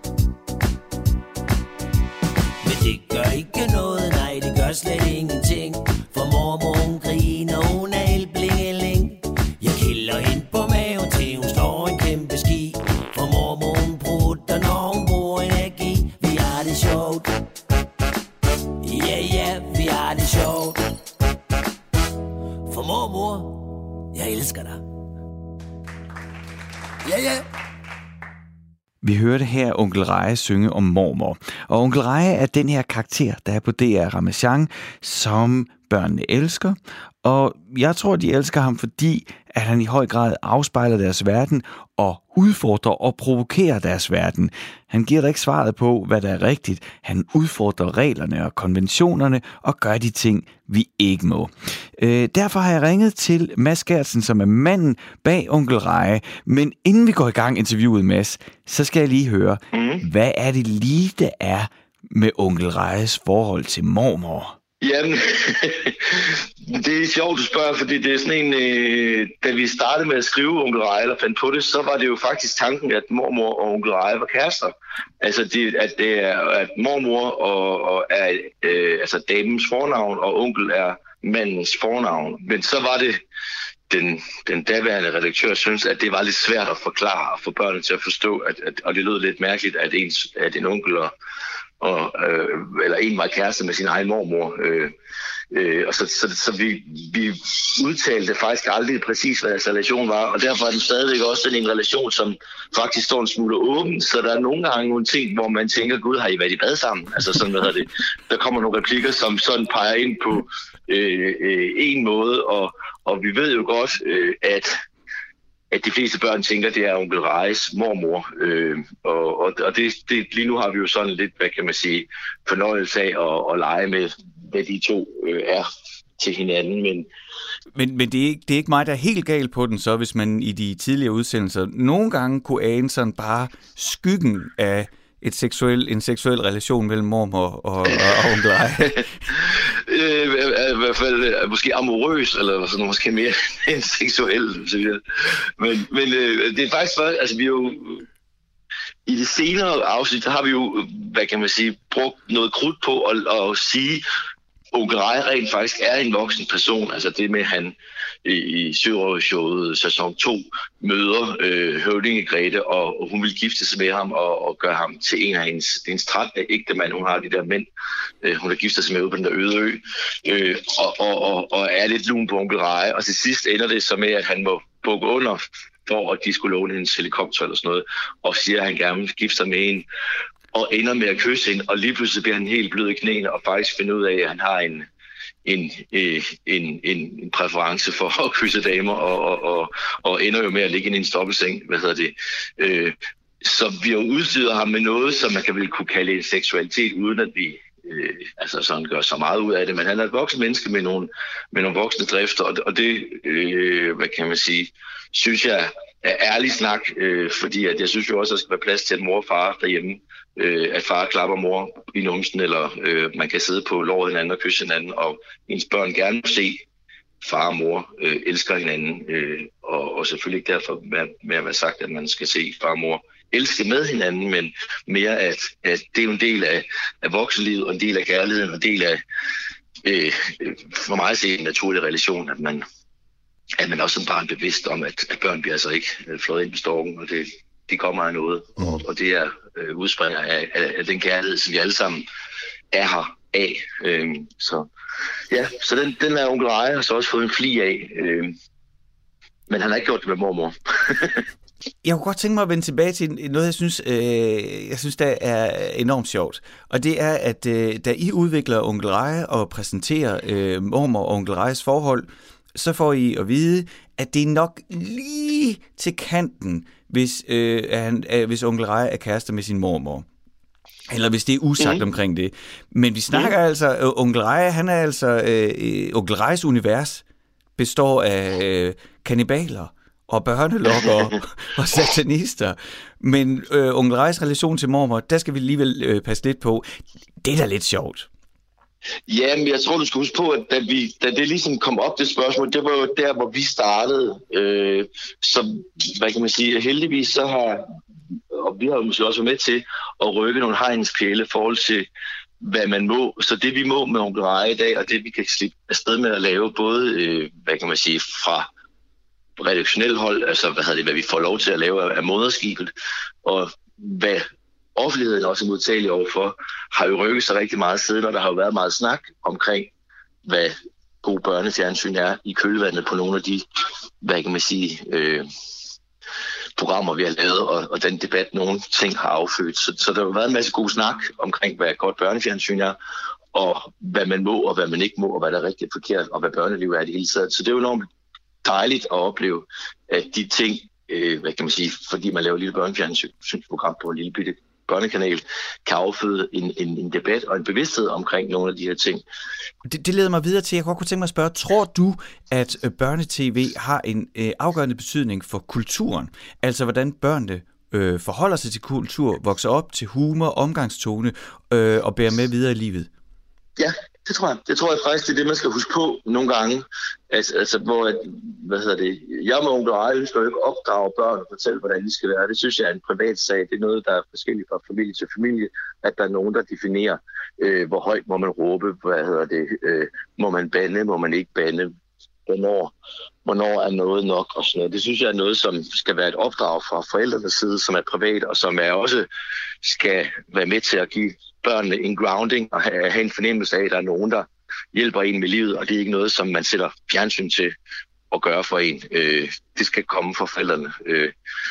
Men det gør ikke noget, nej, det gør slet ingenting. For mormor hun griner, hun er helt blingeling. Jeg kilder hende på maven til hun slår en kæmpe ski. For mormor hun prutter, når hun bruger energi. Vi har det sjovt. Ja, ja, vi har det sjovt. For mormor, jeg elsker dig. Ja, ja. Vi hørte her onkel Reje synge om mormor. Og onkel Reje er den her karakter, der er på D R Ramasjang, som børnene elsker. Og jeg tror, de elsker ham, fordi at han i høj grad afspejler deres verden og udfordrer og provokerer deres verden. Han giver dig ikke svaret på, hvad der er rigtigt. Han udfordrer reglerne og konventionerne og gør de ting, vi ikke må. Øh, derfor har jeg ringet til Mads Gertsen, som er manden bag onkel Reje. Men inden vi går i gang interviewet, Mads, så skal jeg lige høre, mm. hvad er det lige, der er med onkel Rejes forhold til mormor? Jamen, det er sjovt, du spørger, fordi det er sådan en, øh, da vi startede med at skrive onkel Reje, eller fandt på det, så var det jo faktisk tanken, at mormor og onkel Reje var kærester. Altså, det, at, det er, at mormor og, og er øh, altså damens fornavn, og onkel er mandens fornavn. Men så var det, den, den daværende redaktør synes, at det var lidt svært at forklare for børnene til at forstå, at, at, og det lød lidt mærkeligt, at, ens, at en onkel og Og, øh, eller en var kæreste med sin egen mormor. Øh, øh, og så, så, så vi, vi udtalte faktisk aldrig præcis, hvad deres relation var, og derfor er den stadigvæk også en relation, som faktisk står en smule åben, så der er nogle gange nogle ting, hvor man tænker, gud, har I været i bad sammen? Altså sådan, hvad hedder det? Der kommer nogle replikker, som sådan peger ind på øh, øh, en måde, og, og vi ved jo godt, øh, at at de fleste børn tænker, det er onkel Rejes mormor. Øh, og og det, det, lige nu har vi jo sådan lidt, hvad kan man sige, fornøjelse af at, at lege med, hvad de to øh, er til hinanden. Men, men, men det, er ikke, det er ikke mig, der er helt galt på den, så hvis man i de tidligere udsendelser nogle gange kunne ane sådan bare skyggen af et seksuel, en seksuel relation mellem mormor og, og, og onkel Reje. I hvert fald måske amorøs, eller sådan måske mere end seksuel. Men, men det er faktisk, altså vi jo i det senere afsnit, der har vi jo, hvad kan man sige, brugt noget krudt på at, at sige, onkel Reje rent faktisk er en voksen person. Altså det med, at han i, i Sørøvershowet sæson to møder øh, høvdinge Grete, og, og hun vil gifte sig med ham og, og gøre ham til en af hendes, hendes trætte ægtemand. Hun har de der mænd, øh, hun har giftet sig med ude på den der øde ø, øh, og, og, og, og er lidt lun på onkel Reje. Og til sidst ender det så med, at han må bukke under for, at de skulle låne hendes helikopter eller sådan noget, og siger, at han gerne vil gifte sig med hende, og ender med at kysse hende, og lige pludselig bliver han helt blød i knæene, og faktisk finder ud af, at han har en, en, en, en, en præference for at kysse damer, og, og, og, og ender jo med at ligge i en stoppeseng, hvad hedder det. Øh, så vi har udstyret ham med noget, som man kan vel kunne kalde en seksualitet, uden at vi øh, altså sådan gør så meget ud af det, men han er et voksen menneske med nogle, med nogle voksne drifter, og, og det, øh, hvad kan man sige, synes jeg er ærlig snak, øh, fordi at jeg synes jo også, at der skal være plads til, at mor og far derhjemme, øh, at far klapper mor i numsen, eller øh, man kan sidde på låret hinanden og kysse hinanden, og ens børn gerne vil se, far og mor øh, elsker hinanden, øh, og, og selvfølgelig ikke derfor med, med at være sagt, at man skal se far og mor elske med hinanden, men mere at, at det er jo en del af, af voksenlivet, og en del af kærligheden, og en del af, øh, for mig at se, en naturlig relation, at man at man også som barn bevidst om, at, at børn bliver altså ikke flået ind på storken, og det, det kommer af noget, mm. og, og det er øh, udspringer af, af, af den kærlighed, som vi alle sammen er her af. Øhm, så ja, så den, den er onkel Reje har så også fået en fli af, øhm, men han har ikke gjort det med mormor. Jeg kunne godt tænke mig at vende tilbage til noget, jeg synes, øh, jeg synes der er enormt sjovt. Og det er, at øh, da I udvikler onkel Reje og præsenterer øh, mormor og onkel Rejes forhold, så får I at vide, at det er nok lige til kanten, hvis, øh, han, øh, hvis onkel Rej er kærester med sin mormor. Eller hvis det er usagt mm. omkring det. Men vi snakker mm. altså, øh, onkel Rej, han er altså, øh, onkel Rejes univers består af øh, kannibaler og børnelokker og satanister. Men øh, onkel Rejes relation til mormor, der skal vi alligevel øh, passe lidt på. Det er da lidt sjovt. Ja, men jeg tror, du skal huske på, at da, vi, da det ligesom kom op, det spørgsmål, det var jo der, hvor vi startede. Øh, så, hvad kan man sige, heldigvis så har, og vi har jo måske også været med til at rykke nogle hegnspæle i forhold til, hvad man må. Så det, vi må med onkel Rej i dag, og det, vi kan slippe afsted med at lave, både, øh, hvad kan man sige, fra redaktionelt hold, altså hvad, det, hvad vi får lov til at lave af moderskibet, og hvad offentligheden også er modtagelig overfor, har jo rykket sig rigtig meget siden, og der har jo været meget snak omkring, hvad god børnefjernsyn er i kølvandet på nogle af de, hvad kan man sige, øh, programmer, vi har lavet, og, og den debat, nogle ting har affødt. Så, så der har jo været en masse god snak omkring, hvad godt børnefjernsyn er, og hvad man må, og hvad man ikke må, og hvad der er rigtig forkert, og hvad børneliv er i det hele taget. Så det er jo enormt dejligt at opleve, at de ting, øh, hvad kan man sige, fordi man laver et lille børnefjernsynsprogram på en lille bitte børnekanal, kan afføde en, en, en debat og en bevidsthed omkring nogle af de her ting. Det, det leder mig videre til, jeg godt kunne tænke mig at spørge, tror du, at børnetv har en øh, afgørende betydning for kulturen? Altså, hvordan børnene øh, forholder sig til kultur, vokser op til humor, omgangstone øh, og bærer med videre i livet? Ja, det tror jeg. Det tror jeg faktisk, det er det, man skal huske på nogle gange. Altså, altså hvor, at, hvad hedder det, jeg med onkel Rej ønsker jo ikke opdrage børn og fortælle, hvordan de skal være. Det synes jeg er en privat sag. Det er noget, der er forskelligt fra familie til familie, at der er nogen, der definerer, øh, hvor højt må man råbe, hvad hedder det, øh, må man bande, må man ikke bande, hvornår, hvornår er noget nok og sådan noget. Det synes jeg er noget, som skal være et opdrag fra forældrenes side, som er privat, og som er også skal være med til at give børnene en grounding og have, have en fornemmelse af, at der er nogen, der hjælper en med livet, og det er ikke noget, som man sætter fjernsyn til at gøre for en. Øh, det skal komme fra forældrene. Øh,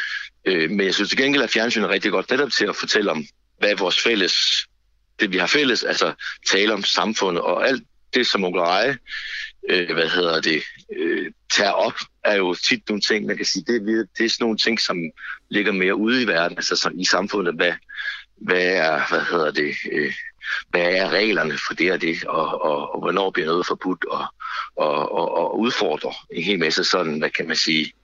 øh, men jeg synes til gengæld, at fjernsyn er rigtig godt netop til at fortælle om, hvad er vores fælles, det vi har fælles, altså tale om samfundet, og alt det, som onkel Rej, øh, hvad hedder det, øh, tager op, er jo tit nogle ting, man kan sige, det, det er sådan nogle ting, som ligger mere ude i verden, altså i samfundet, hvad Hvad er, hvad hedder det, øh, hvad er reglerne for det og det, og, og, og hvornår bliver noget forbudt, og, og, og, og udfordrer en hel masse sådan, hvad kan man sige,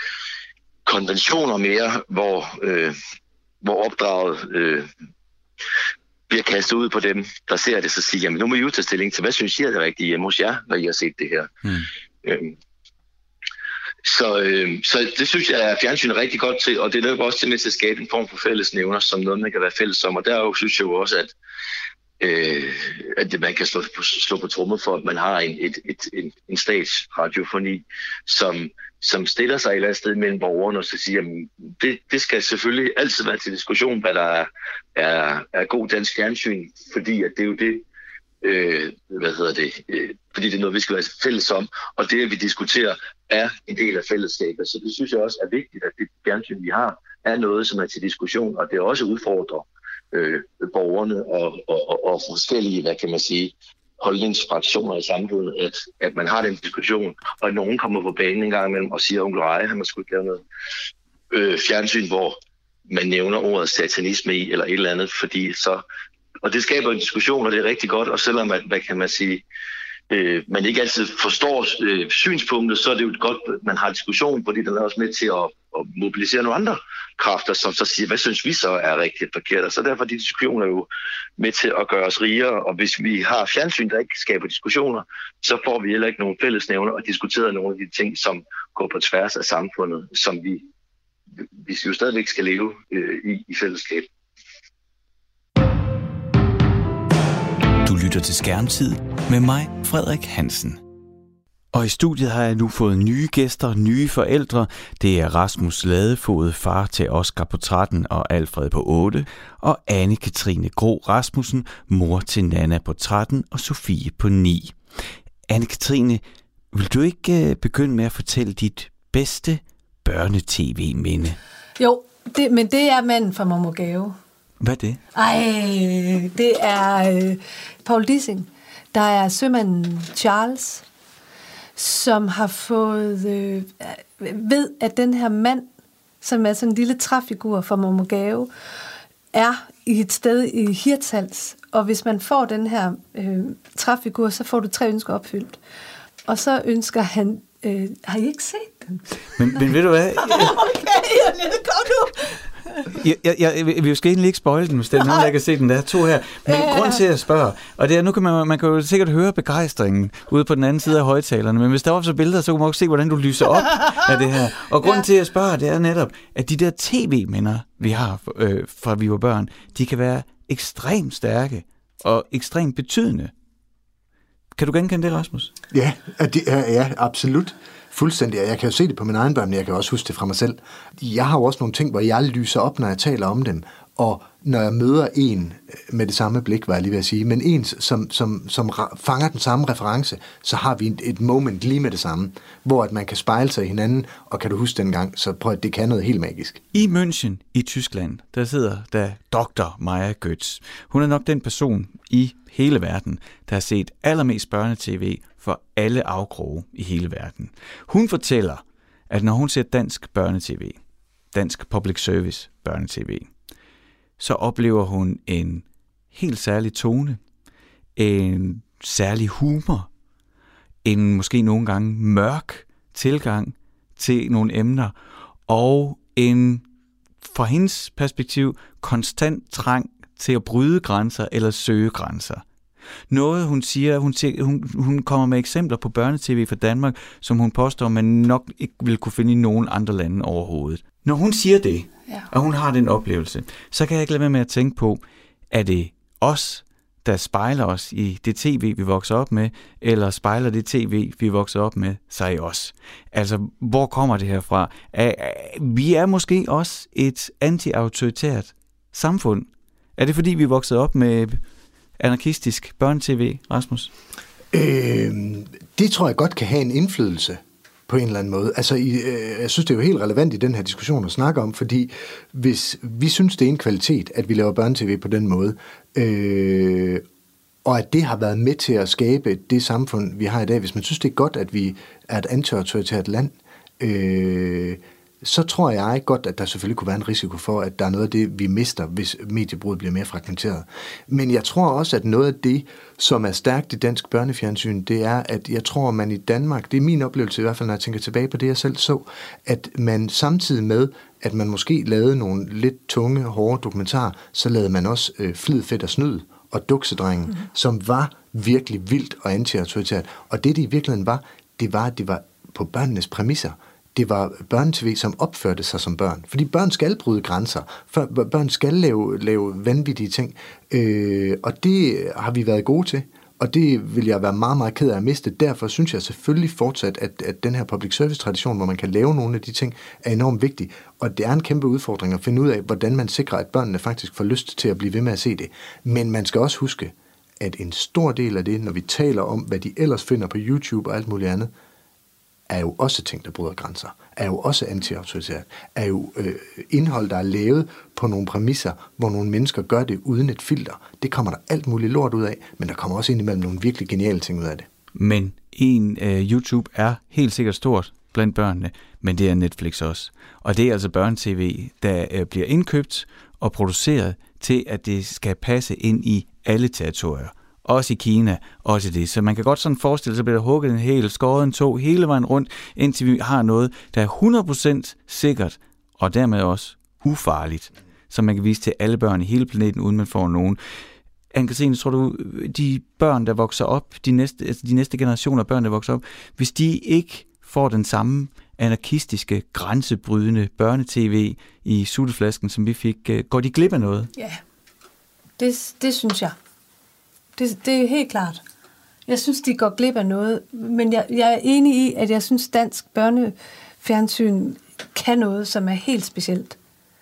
konventioner mere, hvor, øh, hvor opdraget øh, bliver kastet ud på dem, der ser det, så siger, jamen nu må I jo tage stilling til, hvad synes I er det rigtige hjemme hos jer, når I har set det her. Mm. Øh, Så, øh, så det synes jeg er fjernsynet rigtig godt til, og det er også til med til at skabe en form for fællesnævner, som noget, man kan være fælles om. Og der jo, synes jeg jo også, at, øh, at man kan slå på, slå på trommer for, at man har en, et, et, en, en statsradiofoni, som, som stiller sig et eller andet sted mellem borgerne og så siger, at det, det skal selvfølgelig altid være til diskussion, hvad der er, er, er god dansk fjernsyn, fordi at det er jo det, Øh, hvad hedder det, øh, fordi det er noget, vi skal være fælles om, og det, at vi diskuterer, er en del af fællesskabet. Så det synes jeg også er vigtigt, at det fjernsyn, vi har, er noget, som er til diskussion, og det også udfordrer øh, borgerne og, og, og, og forskellige, hvad kan man sige, holdningsfraktioner i samfundet, at, at man har den diskussion, og at nogen kommer på banen en gang imellem og siger, onkel Rej, han må sgu ikke lave noget øh, fjernsyn, hvor man nævner ordet satanisme i, eller et eller andet, fordi så og det skaber en diskussion, og det er rigtig godt, og selvom at, hvad kan man sige, øh, man ikke altid forstår øh, synspunktet, så er det jo godt, at man har diskussion, fordi den er også med til at, at mobilisere nogle andre kræfter, som så siger, hvad synes vi så er rigtigt forkert, og så derfor de diskussioner er jo med til at gøre os rigere, og hvis vi har fjernsyn, der ikke skaber diskussioner, så får vi heller ikke nogen fællesnævner og diskuterer nogle af de ting, som går på tværs af samfundet, som vi, vi jo stadigvæk skal leve øh, i, i fællesskab. Du lytter til Skærmtid med mig, Frederik Hansen. Og i studiet har jeg nu fået nye gæster, nye forældre. Det er Rasmus Ladefod, far til Oscar på tretten og Alfred på otte, og Anne-Katrine Gro Rasmussen, mor til Nana på tretten og Sofie på ni. Anne-Katrine, vil du ikke begynde med at fortælle dit bedste børnetv-minde? Jo, det, men det er Manden fra Mormorgave. Hvad er det? Ej, det er øh, Paul Dissing. Der er sømanden Charles, som har fået, øh, ved, at den her mand, som er sådan en lille træfigur for Mormor Gave, er i et sted i Hirtshals, og hvis man får den her øh, træfigur, så får du tre ønsker opfyldt. Og så ønsker han, øh, har I ikke set den? Men, men ved du hvad? Okay, jeg kom nu. Jeg, jeg, jeg, vi vil egentlig ikke spoile den, hvis der er nogen, der kan se den. Der er to her. Men ja. Grund til at spørge, og det er, nu kan man, man kan jo sikkert høre begejstringen ude på den anden side af højtalerne, men hvis der var så billeder, så kunne man også se, hvordan du lyser op af det her. Og grunden ja. til at spørge, det er netop, at de der tv-minder, vi har øh, fra vi var børn, de kan være ekstremt stærke og ekstremt betydende. Kan du genkende det, Rasmus? Ja, det er, ja, absolut. Fuldstændig. Jeg kan jo se det på mine egne børn, men jeg kan også huske det fra mig selv. Jeg har jo også nogle ting, hvor jeg lyser op, når jeg taler om dem. Og når jeg møder en med det samme blik, var jeg lige ved at sige, men en, som, som, som fanger den samme reference, så har vi et moment lige med det samme, hvor at man kan spejle sig i hinanden, og kan du huske dengang, så prøv at det kan noget helt magisk. I München i Tyskland, der sidder der doktor Maja Götz. Hun er nok den person i hele verden, der har set allermest børnetv for alle afkroge i hele verden. Hun fortæller, at når hun ser dansk børnetv, dansk public service børnetv, så oplever hun en helt særlig tone, en særlig humor, en måske nogle gange mørk tilgang til nogle emner, og en, fra hendes perspektiv, konstant trang til at bryde grænser eller søge grænser. Noget, hun siger, hun, siger hun, hun kommer med eksempler på børnetv fra Danmark, som hun påstår, man nok ikke vil kunne finde i nogen andre lande overhovedet. Når hun siger det, ja. og hun har den oplevelse, så kan jeg ikke lade være med at tænke på, er det os, der spejler os i det tv, vi vokser op med, eller spejler det tv, vi vokser op med, sig os? Altså, hvor kommer det her fra? Vi er måske også et anti-autoritært samfund. Er det fordi, vi er vokset op med anarkistisk børnetv, Rasmus? Øh, det tror jeg godt kan have en indflydelse på en eller anden måde. Altså, øh, jeg synes, det er jo helt relevant i den her diskussion at snakke om, fordi hvis vi synes, det er en kvalitet, at vi laver børnetv på den måde, øh, og at det har været med til at skabe det samfund, vi har i dag, hvis man synes, det er godt, at vi er et anti-autoritært land, øh, så tror jeg godt, at der selvfølgelig kunne være en risiko for, at der er noget af det, vi mister, hvis mediebruget bliver mere fragmenteret. Men jeg tror også, at noget af det, som er stærkt i dansk børnefjernsyn, det er, at jeg tror, at man i Danmark, det er min oplevelse i hvert fald, når jeg tænker tilbage på det, jeg selv så, at man samtidig med, at man måske lavede nogle lidt tunge, hårde dokumentarer, så lavede man også øh, Flid, Fedt og Snyd og Duksedrengen, mm-hmm. som var virkelig vildt og anti-autoritært. Og det, det i virkeligheden var, det var, at det var på børnenes præmisser. Det var børnetv, som opførte sig som børn. Fordi børn skal bryde grænser. Børn skal lave, lave vanvittige ting. Øh, og det har vi været gode til. Og det vil jeg være meget, meget ked af at miste. Derfor synes jeg selvfølgelig fortsat, at, at den her public service-tradition, hvor man kan lave nogle af de ting, er enormt vigtig. Og det er en kæmpe udfordring at finde ud af, hvordan man sikrer, at børnene faktisk får lyst til at blive ved med at se det. Men man skal også huske, at en stor del af det, når vi taler om, hvad de ellers finder på YouTube og alt muligt andet, er jo også ting, der bryder grænser, er jo også anti-autoritært, er jo øh, indhold, der er lavet på nogle præmisser, hvor nogle mennesker gør det uden et filter. Det kommer der alt muligt lort ud af, men der kommer også indimellem nogle virkelig geniale ting ud af det. Men en øh, YouTube er helt sikkert stort blandt børnene, men det er Netflix også. Og det er altså børnetv, der øh, bliver indkøbt og produceret til, at det skal passe ind i alle territorier. Også i Kina, også det. Så man kan godt sådan forestille sig, at der bliver hugget en hel, skåret en tog hele vejen rundt, indtil vi har noget, der er hundrede procent sikkert, og dermed også ufarligt, som man kan vise til alle børn i hele planeten, uden man får nogen. Anne-Katrine, tror du, de børn, der vokser op, de næste, altså de næste generationer af børn, der vokser op, hvis de ikke får den samme anarkistiske, grænsebrydende børnetv i sutteflasken, som vi fik, går de glip af noget? Ja, det, det synes jeg. Det, det er helt klart. Jeg synes, de går glip af noget, men jeg, jeg er enig i, at jeg synes, dansk børnefjernsyn kan noget, som er helt specielt.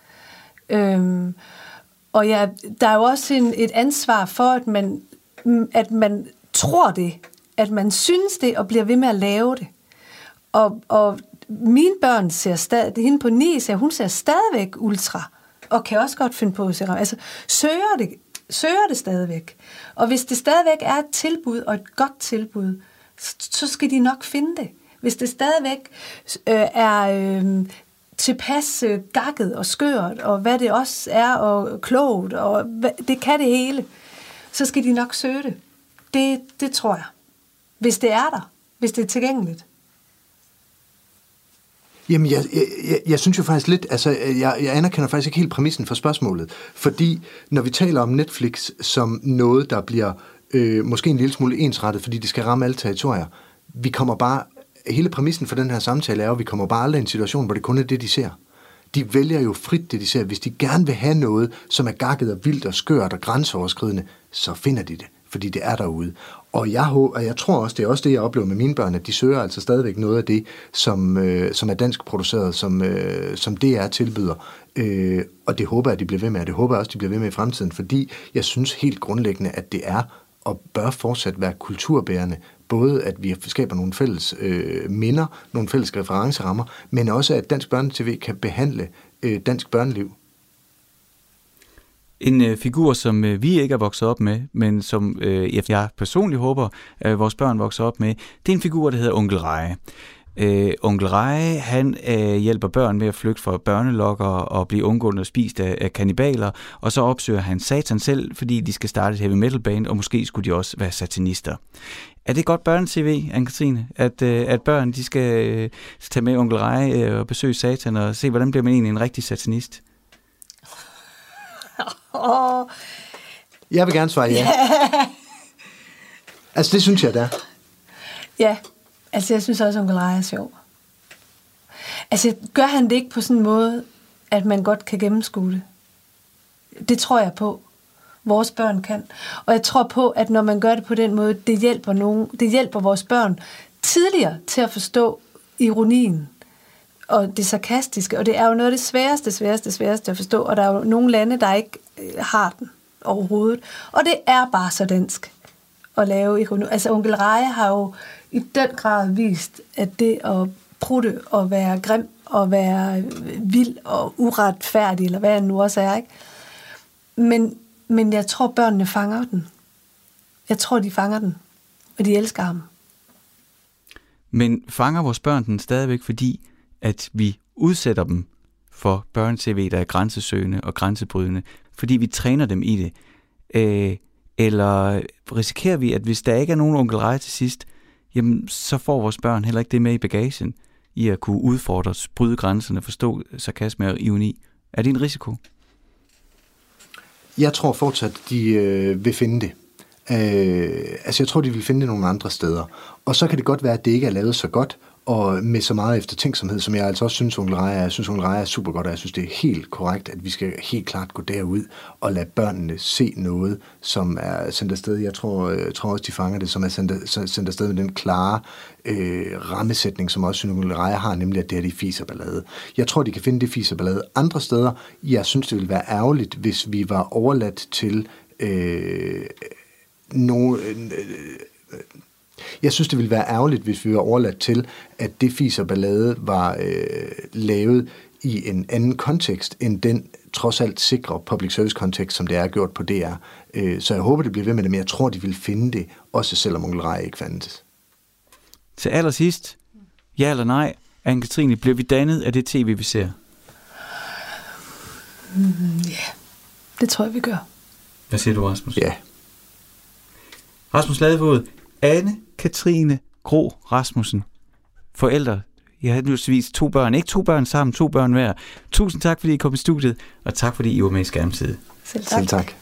Øhm, og jeg, der er jo også en, et ansvar for, at man, at man tror det, at man synes det, og bliver ved med at lave det. Og, og mine børn ser stadig, hende på ni, ser, hun ser stadigvæk ultra, og kan også godt finde på at se, altså søger det, søger det stadigvæk. Og hvis det stadigvæk er et tilbud, og et godt tilbud, så skal de nok finde det. Hvis det stadigvæk øh, er øh, tilpas øh, gakket og skørt, og hvad det også er, og klogt, og hvad, det kan det hele, så skal de nok søge det. Det, det tror jeg. Hvis det er der. Hvis det er tilgængeligt. Jamen, jeg, jeg, jeg, jeg synes jo faktisk lidt, altså, jeg, jeg anerkender faktisk ikke helt præmissen for spørgsmålet, fordi når vi taler om Netflix som noget, der bliver øh, måske en lille smule ensrettet, fordi det skal ramme alle territorier, vi kommer bare, hele præmissen for den her samtale er jo, at vi kommer bare aldrig i en situation, hvor det kun er det, de ser. De vælger jo frit det, de ser. Hvis de gerne vil have noget, som er gakket og vildt og skørt og grænseoverskridende, så finder de det, fordi det er derude. Og jeg, håber, og jeg tror også, det er også det, jeg oplever med mine børn, at de søger altså stadigvæk noget af det, som, øh, som er dansk produceret, som, øh, som D R tilbyder. Øh, og det håber jeg, at de bliver ved med, og det håber jeg også, at de bliver ved med i fremtiden, fordi jeg synes helt grundlæggende, at det er og bør fortsat være kulturbærende, både at vi skaber nogle fælles øh, minder, nogle fælles referencerammer, men også at dansk børnetv kan behandle øh, dansk børneliv. En øh, figur, som øh, vi ikke er vokset op med, men som øh, jeg personligt håber, at vores børn vokser op med, det er en figur, der hedder Onkel Reje. Øh, Onkel Reje, han øh, hjælper børn med at flygte fra børnelokker og blive undgået og spist af, af kannibaler, og så opsøger han Satan selv, fordi de skal starte et heavy metal band, og måske skulle de også være satanister. Er det godt børnetv, Anne-Cathrine, at, øh, at børn de skal øh, tage med Onkel Reje øh, og besøge Satan og se, hvordan bliver man egentlig en rigtig satanist? Oh. Jeg vil gerne svare ja. Yeah. Altså, det synes jeg, det er. Ja, altså jeg synes også, at Onkel Reje er sjov. Altså, gør han det ikke på sådan en måde, at man godt kan gennemskue det? Det tror jeg på. Vores børn kan. Og jeg tror på, at når man gør det på den måde, det hjælper nogen, det hjælper vores børn tidligere til at forstå ironien og det sarkastiske. Og det er jo noget af det sværeste, sværeste, sværeste at forstå. Og der er jo nogle lande, der ikke har den overhovedet. Og det er bare så dansk at lave ironi. Altså, Onkel Reje har jo i den grad vist, at det at prutte og være grim og være vild og uretfærdig, eller hvad det nu også er, ikke? Men, men jeg tror, børnene fanger den. Jeg tror, de fanger den, og de elsker ham. Men fanger vores børn den stadigvæk, fordi at vi udsætter dem for børnetv, der er grænsesøgende og grænsebrydende, fordi vi træner dem i det? Øh, eller risikerer vi, at hvis der ikke er nogen Onkel Reje til sidst, jamen så får vores børn heller ikke det med i bagagen, i at kunne udfordre, bryde grænserne, forstå sarkasme og ironi? Er det en risiko? Jeg tror fortsat, de øh, vil finde det. Øh, altså jeg tror, de vil finde det nogle andre steder. Og så kan det godt være, at det ikke er lavet så godt, og med så meget eftertænksomhed, som jeg altså også synes, Onkel Reje er. Jeg synes, Onkel Reje er super godt, og jeg synes, det er helt korrekt, at vi skal helt klart gå derud og lade børnene se noget, som er sendt afsted. Jeg tror, jeg tror også, de fanger det, som er sendt, sendt afsted med den klare øh, rammesætning, som også Onkel Reje har, nemlig at det her det er fis og ballade. Jeg tror, de kan finde det fis og ballade andre steder. Jeg synes, det ville være ærgerligt, hvis vi var overladt til øh, nogle... Øh, Jeg synes, det ville være ærgerligt, hvis vi var overladt til, at det fis og ballade var øh, lavet i en anden kontekst, end den trods alt sikre public service kontekst, som det er gjort på D R. Øh, så jeg håber, det bliver ved med det, men jeg tror, de vil finde det, også selvom Onkel Reje ikke fandtes. Til allersidst, ja eller nej, Anne-Cathrine, bliver vi dannet af det tv, vi ser? Mm, ja, det tror jeg, vi gør. Hvad siger du, Rasmus? Ja. Rasmus Ladefod, Anne-Cathrine Gro Rasmussen, forældre. Jeg har nødvendigvis to børn, ikke to børn sammen, to børn hver. Tusind tak, fordi I kom i studiet, og tak, fordi I var med i Skærmtid. Selv tak. Selv tak.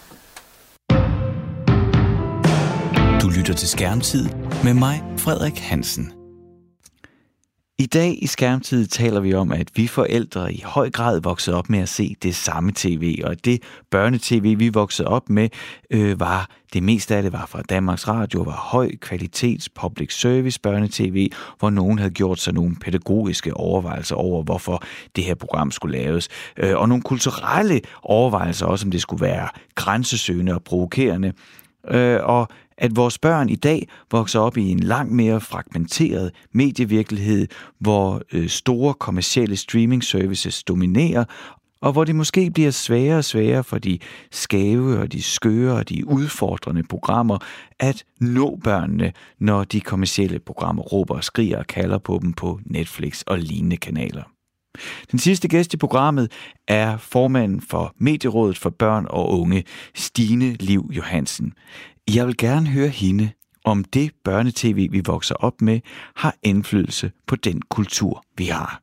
Du lytter til Skærmtid med mig, Frederik Hansen. I dag i Skærmtid taler vi om, at vi forældre i høj grad voksede op med at se det samme tv, og det børnetv, vi voksede op med, øh, var det meste af det var fra Danmarks Radio, var høj kvalitets public service børnetv, hvor nogen havde gjort sig nogle pædagogiske overvejelser over, hvorfor det her program skulle laves, øh, og nogle kulturelle overvejelser også, om det skulle være grænsesøgende og provokerende, øh, og at vores børn i dag vokser op i en langt mere fragmenteret medievirkelighed, hvor øh, store kommercielle streaming services dominerer, og hvor det måske bliver sværere og sværere for de skæve og de skøre og de udfordrende programmer at nå børnene, når de kommercielle programmer råber og skriger og kalder på dem på Netflix og lignende kanaler. Den sidste gæst i programmet er formanden for Medierådet for Børn og Unge, Stine Liv Johansen. Jeg vil gerne høre hende, om det børnetv, vi vokser op med, har indflydelse på den kultur, vi har.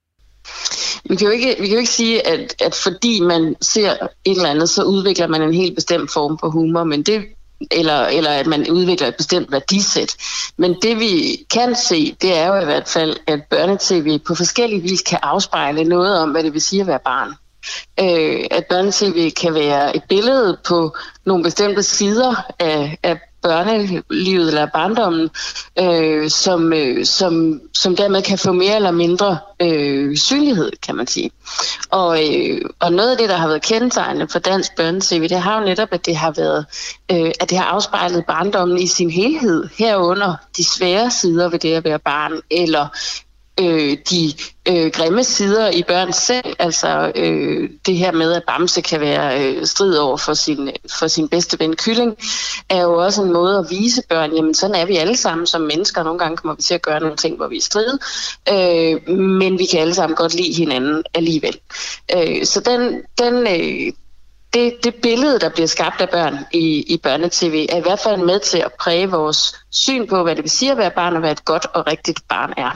Vi kan jo ikke, vi kan jo ikke sige, at, at fordi man ser et eller andet, så udvikler man en helt bestemt form for humor, men det, eller, eller at man udvikler et bestemt værdisæt. Men det vi kan se, det er jo i hvert fald, at børnetv på forskellige vis kan afspejle noget om, hvad det vil sige at være barn. Øh, at børnetv kan være et billede på nogle bestemte sider af, af børnelivet eller barndommen, øh, som, øh, som, som dermed kan få mere eller mindre øh, synlighed, kan man sige. Og, øh, og noget af det, der har været kendetegnende for dansk børnetv, det har jo netop, at det har været, øh, at det har afspejlet barndommen i sin helhed, herunder de svære sider ved det at være barn, eller Øh, de øh, grimme sider i børn selv, altså øh, det her med, at bamse kan være øh, strid over for sin, for sin bedste ven Kylling, er jo også en måde at vise børn, jamen sådan er vi alle sammen som mennesker. Nogle gange kommer vi til at gøre nogle ting, hvor vi er strid, øh, men vi kan alle sammen godt lide hinanden alligevel. Øh, så den, den øh, det, det billede, der bliver skabt af børn i, i børnetv, er i hvert fald med til at præge vores syn på, hvad det vil sige at være barn, og hvad et godt og rigtigt barn er.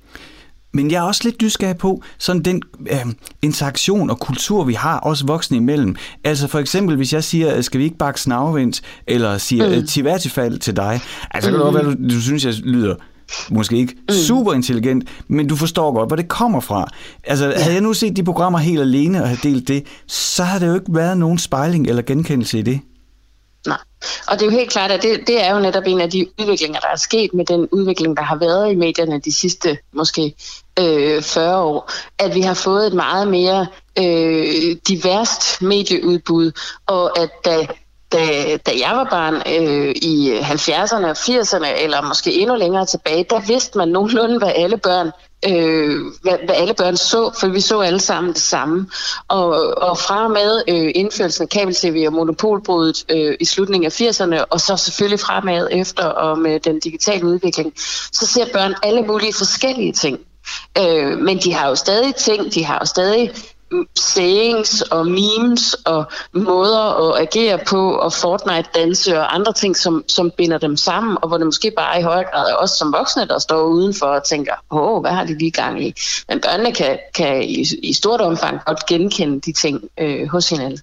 Men jeg er også lidt nysgerrig på sådan den øh, interaktion og kultur, vi har, også voksne imellem. Altså for eksempel, hvis jeg siger, skal vi ikke bakke snavvendt, eller siger mm. til værtifald til dig, altså kan det godt være, du, du synes, jeg lyder måske ikke mm. super intelligent, men du forstår godt, hvor det kommer fra. Altså ja. Havde jeg nu set de programmer helt alene og havde delt det, så har det jo ikke været nogen spejling eller genkendelse i det. Nej, og det er jo helt klart, at det, det er jo netop en af de udviklinger, der er sket med den udvikling, der har været i medierne de sidste måske øh, fyrre år, at vi har fået et meget mere øh, diverst medieudbud, og at da, da, da jeg var barn øh, i halvfjerdserne og firserne, eller måske endnu længere tilbage, der vidste man nogenlunde, hvad alle børn Øh, hvad, hvad alle børn så, for vi så alle sammen det samme. Og, og fra med øh, indførelsen af kabel-tv og monopolbruddet øh, i slutningen af firserne, og så selvfølgelig fremad efter og med den digitale udvikling, så ser børn alle mulige forskellige ting. Øh, men de har jo stadig ting, de har jo stadig sayings og memes og måder at agere på, og Fortnite-danse og andre ting, som, som binder dem sammen, og hvor det måske bare i højere grad er os som voksne, der står udenfor og tænker, åh, hvad har de lige gang i? Men børnene kan, kan i, i stort omfang godt genkende de ting øh, hos hinanden.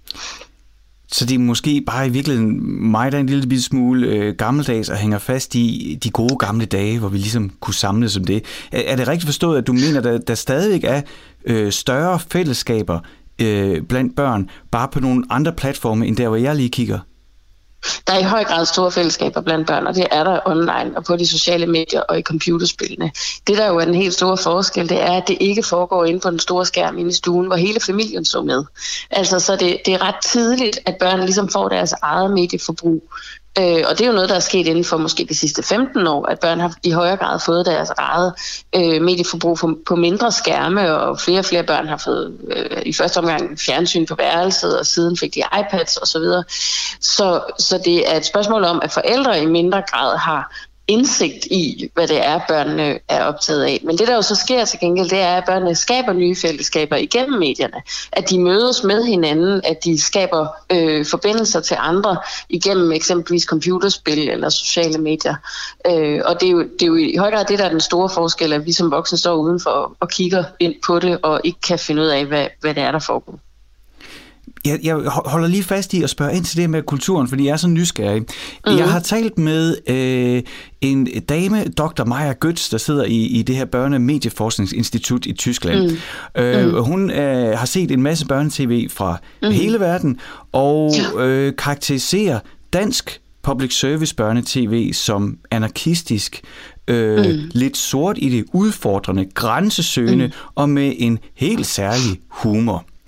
Så det er måske bare i virkeligheden mig, der er en lille smule øh, gammeldags og hænger fast i de gode gamle dage, hvor vi ligesom kunne samles om det. Er, er det rigtigt forstået, at du mener, at der, der stadig er øh, større fællesskaber øh, blandt børn, bare på nogle andre platforme, end der, hvor jeg lige kigger? Der er i høj grad store fællesskaber blandt børn, og det er der online og på de sociale medier og i computerspillene. Det, der jo er den helt store forskel, det er, at det ikke foregår inde på den store skærm inde i stuen, hvor hele familien så med. Altså, så det, det er ret tidligt, at børn ligesom får deres eget medieforbrug. Øh, og det er jo noget, der er sket inden for måske de sidste femten år, at børn har i højere grad fået deres eget øh, medieforbrug på, på mindre skærme, og flere og flere børn har fået øh, i første omgang fjernsyn på værelset, og siden fik de iPads osv. Så, så, så det er et spørgsmål om, at forældre i mindre grad har indsigt i, hvad det er, børnene er optaget af. Men det, der jo så sker til gengæld, det er, at børnene skaber nye fællesskaber igennem medierne. At de mødes med hinanden, at de skaber øh, forbindelser til andre igennem eksempelvis computerspil eller sociale medier. Øh, og det er, jo, det er jo i høj grad det, der er den store forskel, at vi som voksne står udenfor og kigger ind på det, og ikke kan finde ud af, hvad, hvad det er, der foregår. Jeg, jeg holder lige fast i at spørge ind til det med kulturen, fordi jeg er så nysgerrig. Mm. Jeg har talt med øh, en dame, doktor Maja Götz, der sidder i, i det her børnemedieforskningsinstitut i Tyskland. Mm. Øh, mm. Hun øh, har set en masse børnetv fra mm. hele verden, og øh, karakteriserer dansk public service børnetv som anarkistisk, øh, mm. lidt sort i det, udfordrende, grænsesøgende mm. og med en helt særlig humor.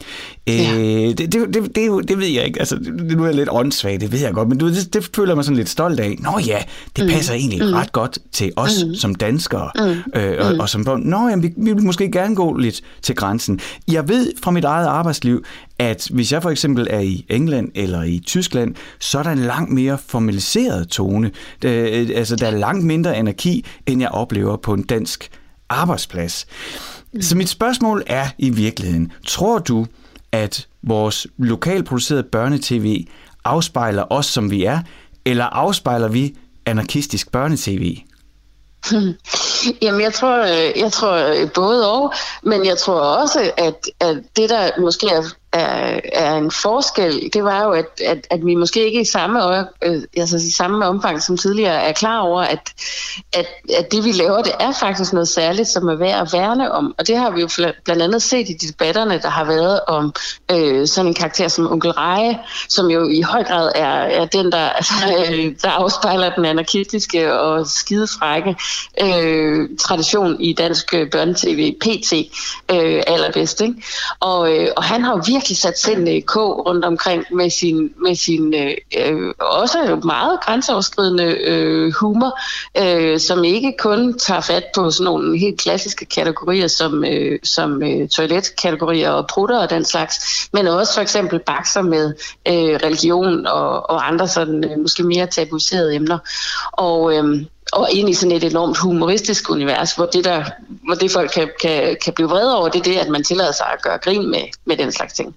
Øh, Ja. det, det, det, det, er jo- det ved jeg ikke. Altså, det, nu er jeg lidt åndssvagt, det ved jeg godt, men du, det, det føler jeg mig sådan lidt stolt af. Nå ja, det passer egentlig Mm. ret godt til os Mm. som danskere. Mm. Øh, og, Mm. og som børn. Nå ja, vi, vi vil måske gerne gå lidt til grænsen. Jeg ved fra mit eget arbejdsliv, at hvis jeg for eksempel er i England eller i Tyskland, så er der en langt mere formaliseret tone. Det, altså, der er langt mindre anarki, end jeg oplever på en dansk arbejdsplads. Så mit spørgsmål er i virkeligheden, tror du, at vores lokalproducerede børnetv afspejler os, som vi er, eller afspejler vi anarkistisk børnetv? Jamen, jeg tror, øh, jeg tror øh, både og, men jeg tror også, at, at det, der måske er, er, er en forskel, det var jo, at, at, at vi måske ikke i samme, øje, øh, altså i samme omfang som tidligere er klar over, at, at, at det, vi laver, det er faktisk noget særligt, som er værd at værne om. Og det har vi jo blandt andet set i de debatterne, der har været om øh, sådan en karakter som Onkel Reje, som jo i høj grad er, er den, der, altså, øh, der afspejler den anarkistiske og skidefrække øh, tradition i dansk øh, børnetv, P T, øh, allerbedst. Ikke? Og, øh, og han har jo virkelig sat sind i kog rundt omkring med sin, med sin øh, øh, også meget grænseoverskridende øh, humor, øh, som ikke kun tager fat på sådan nogle helt klassiske kategorier som, øh, som øh, toiletkategorier og prutter og den slags, men også for eksempel bakser med øh, religion og, og andre sådan øh, måske mere tabuiserede emner. Og øh, og ind i sådan et enormt humoristisk univers, hvor det, der, hvor det folk kan, kan, kan blive vrede over, det er det, at man tillader sig at gøre grin med, med den slags ting.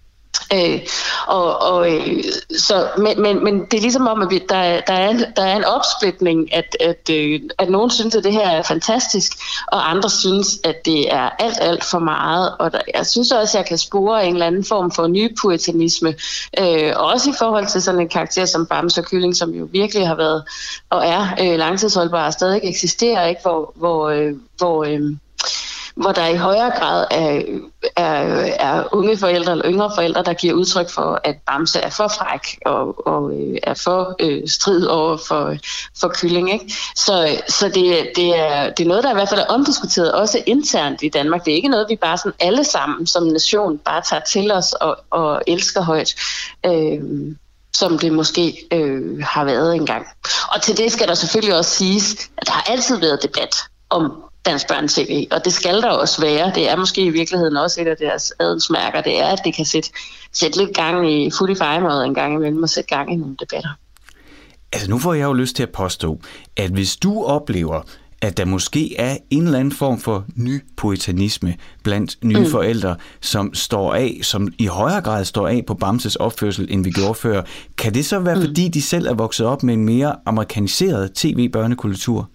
Øh, og, og, øh, så, men, men, men det er ligesom om, at vi, der, der, er, der er en opsplitning, at, at, øh, at nogen synes, at det her er fantastisk, og andre synes, at det er alt, alt for meget. Og der, jeg synes også, at jeg kan spore en eller anden form for ny puritanisme, øh, også i forhold til sådan en karakter som Bamse og Kylling, som jo virkelig har været og er øh, langtidsholdbar og stadig eksisterer, ikke? Hvor, hvor, øh, hvor øh, hvor der i højere grad er, er, er unge forældre eller yngre forældre, der giver udtryk for, at Bamse er for fræk og, og øh, er for øh, strid over for, for Kylling. Ikke? Så, så det, det, er, det er noget, der i hvert fald er omdiskuteret, også internt i Danmark. Det er ikke noget, vi bare sådan alle sammen som nation bare tager til os og, og elsker højt. Øh, som det måske øh, har været engang. Og til det skal der selvfølgelig også siges, at der har altid været debat om dansk børnetv, og det skal der også være. Det er måske i virkeligheden også et af deres adelsmærker, det er, at det kan sætte, sætte lidt gang i fuld i fejremåde en gang imellem og sætte gang i nogle debatter. Altså nu får jeg jo lyst til at påstå, at hvis du oplever, at der måske er en eller anden form for ny puritanisme blandt nye mm. forældre, som står af, som i højere grad står af på Bamses opførsel, end vi gjorde før, kan det så være, mm. fordi de selv er vokset op med en mere amerikaniseret tv-børnekultur?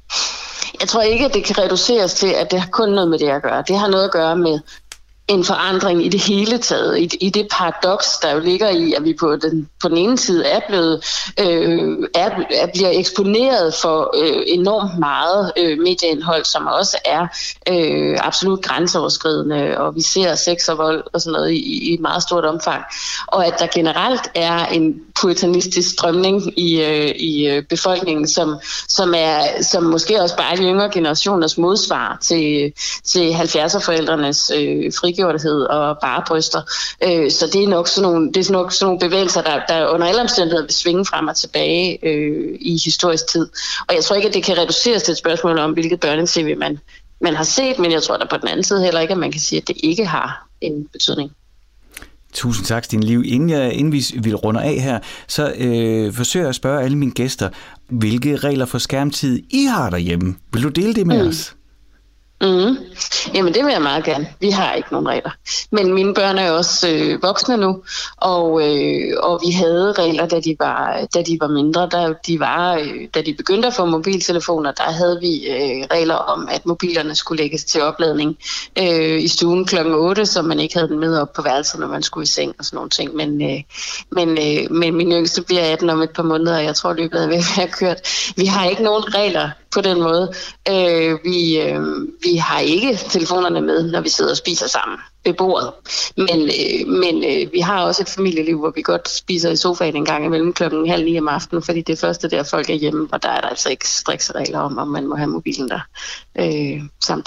Jeg tror ikke, at det kan reduceres til, at det har kun noget med det at gøre. Det har noget at gøre med en forandring i det hele taget, i, i det paradoks, der jo ligger i, at vi på den, på den ene side er blevet, øh, er, er, bliver eksponeret for øh, enormt meget øh, medieindhold, som også er øh, absolut grænseoverskridende, og vi ser sex og vold og sådan noget i, i meget stort omfang. Og at der generelt er en puritanistisk strømning i, øh, i befolkningen, som, som, er, som måske også bare er de yngre generationers modsvar til, til halvfjerdser-forældrenes øh, frigjorthed og bare bryster. Øh, så det er nok sådan nogle, det er nok sådan nogle bevægelser, der, der under alle omstændigheder vil svinge frem og tilbage øh, i historisk tid. Og jeg tror ikke, at det kan reduceres til et spørgsmål om, hvilket børnetv man, man har set, men jeg tror da på den anden side heller ikke, at man kan sige, at det ikke har en betydning. Tusind tak, Stine Liv. Inden, jeg, inden vi vil runde af her, så øh, forsøger jeg at spørge alle mine gæster, hvilke regler for skærmtid I har derhjemme. Vil du dele det med mm. os? Mm. Jamen det vil jeg meget gerne. Vi har ikke nogen regler. Men mine børn er også øh, voksne nu, og, øh, og vi havde regler, da de var, da de var mindre. Da de, var, øh, da de begyndte at få mobiltelefoner, der havde vi øh, regler om, at mobilerne skulle lægges til opladning øh, i stuen klokken otte, så man ikke havde den med op på værelset, når man skulle i seng og sådan nogle ting. Men, øh, men, øh, men min yngste bliver atten om et par måneder, og jeg tror, løbet er ved at være kørt. Vi har ikke nogen regler på den måde. Øh, vi, øh, vi har ikke telefonerne med, når vi sidder og spiser sammen ved bordet. Men, øh, men øh, vi har også et familieliv, hvor vi godt spiser i sofaen en gang imellem klokken halv ni om aftenen, fordi det er første der, folk er hjemme, og der er der altså ikke strikse regler om, om man må have mobilen der øh, samtidig.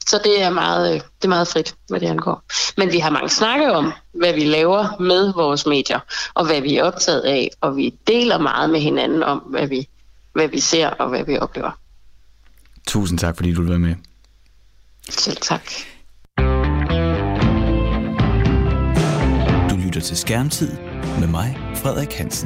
Så det er meget, det er meget frit, hvad det angår. Men vi har mange snakke om, hvad vi laver med vores medier, og hvad vi er optaget af, og vi deler meget med hinanden om, hvad vi, hvad vi ser og hvad vi oplever. Tusind tak, fordi du vil være med. Selv tak. Du lytter til Skærmtid med mig, Frederik Hansen.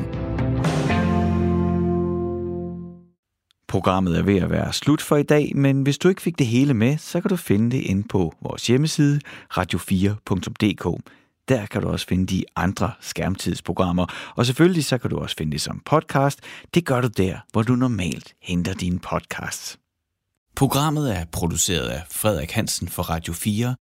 Programmet er ved at være slut for i dag, men hvis du ikke fik det hele med, så kan du finde det inde på vores hjemmeside radio fire punktum d k. Der kan du også finde de andre skærmtidsprogrammer, og selvfølgelig så kan du også finde det som podcast. Det gør du der, hvor du normalt henter dine podcasts. Programmet er produceret af Frederik Hansen for Radio fire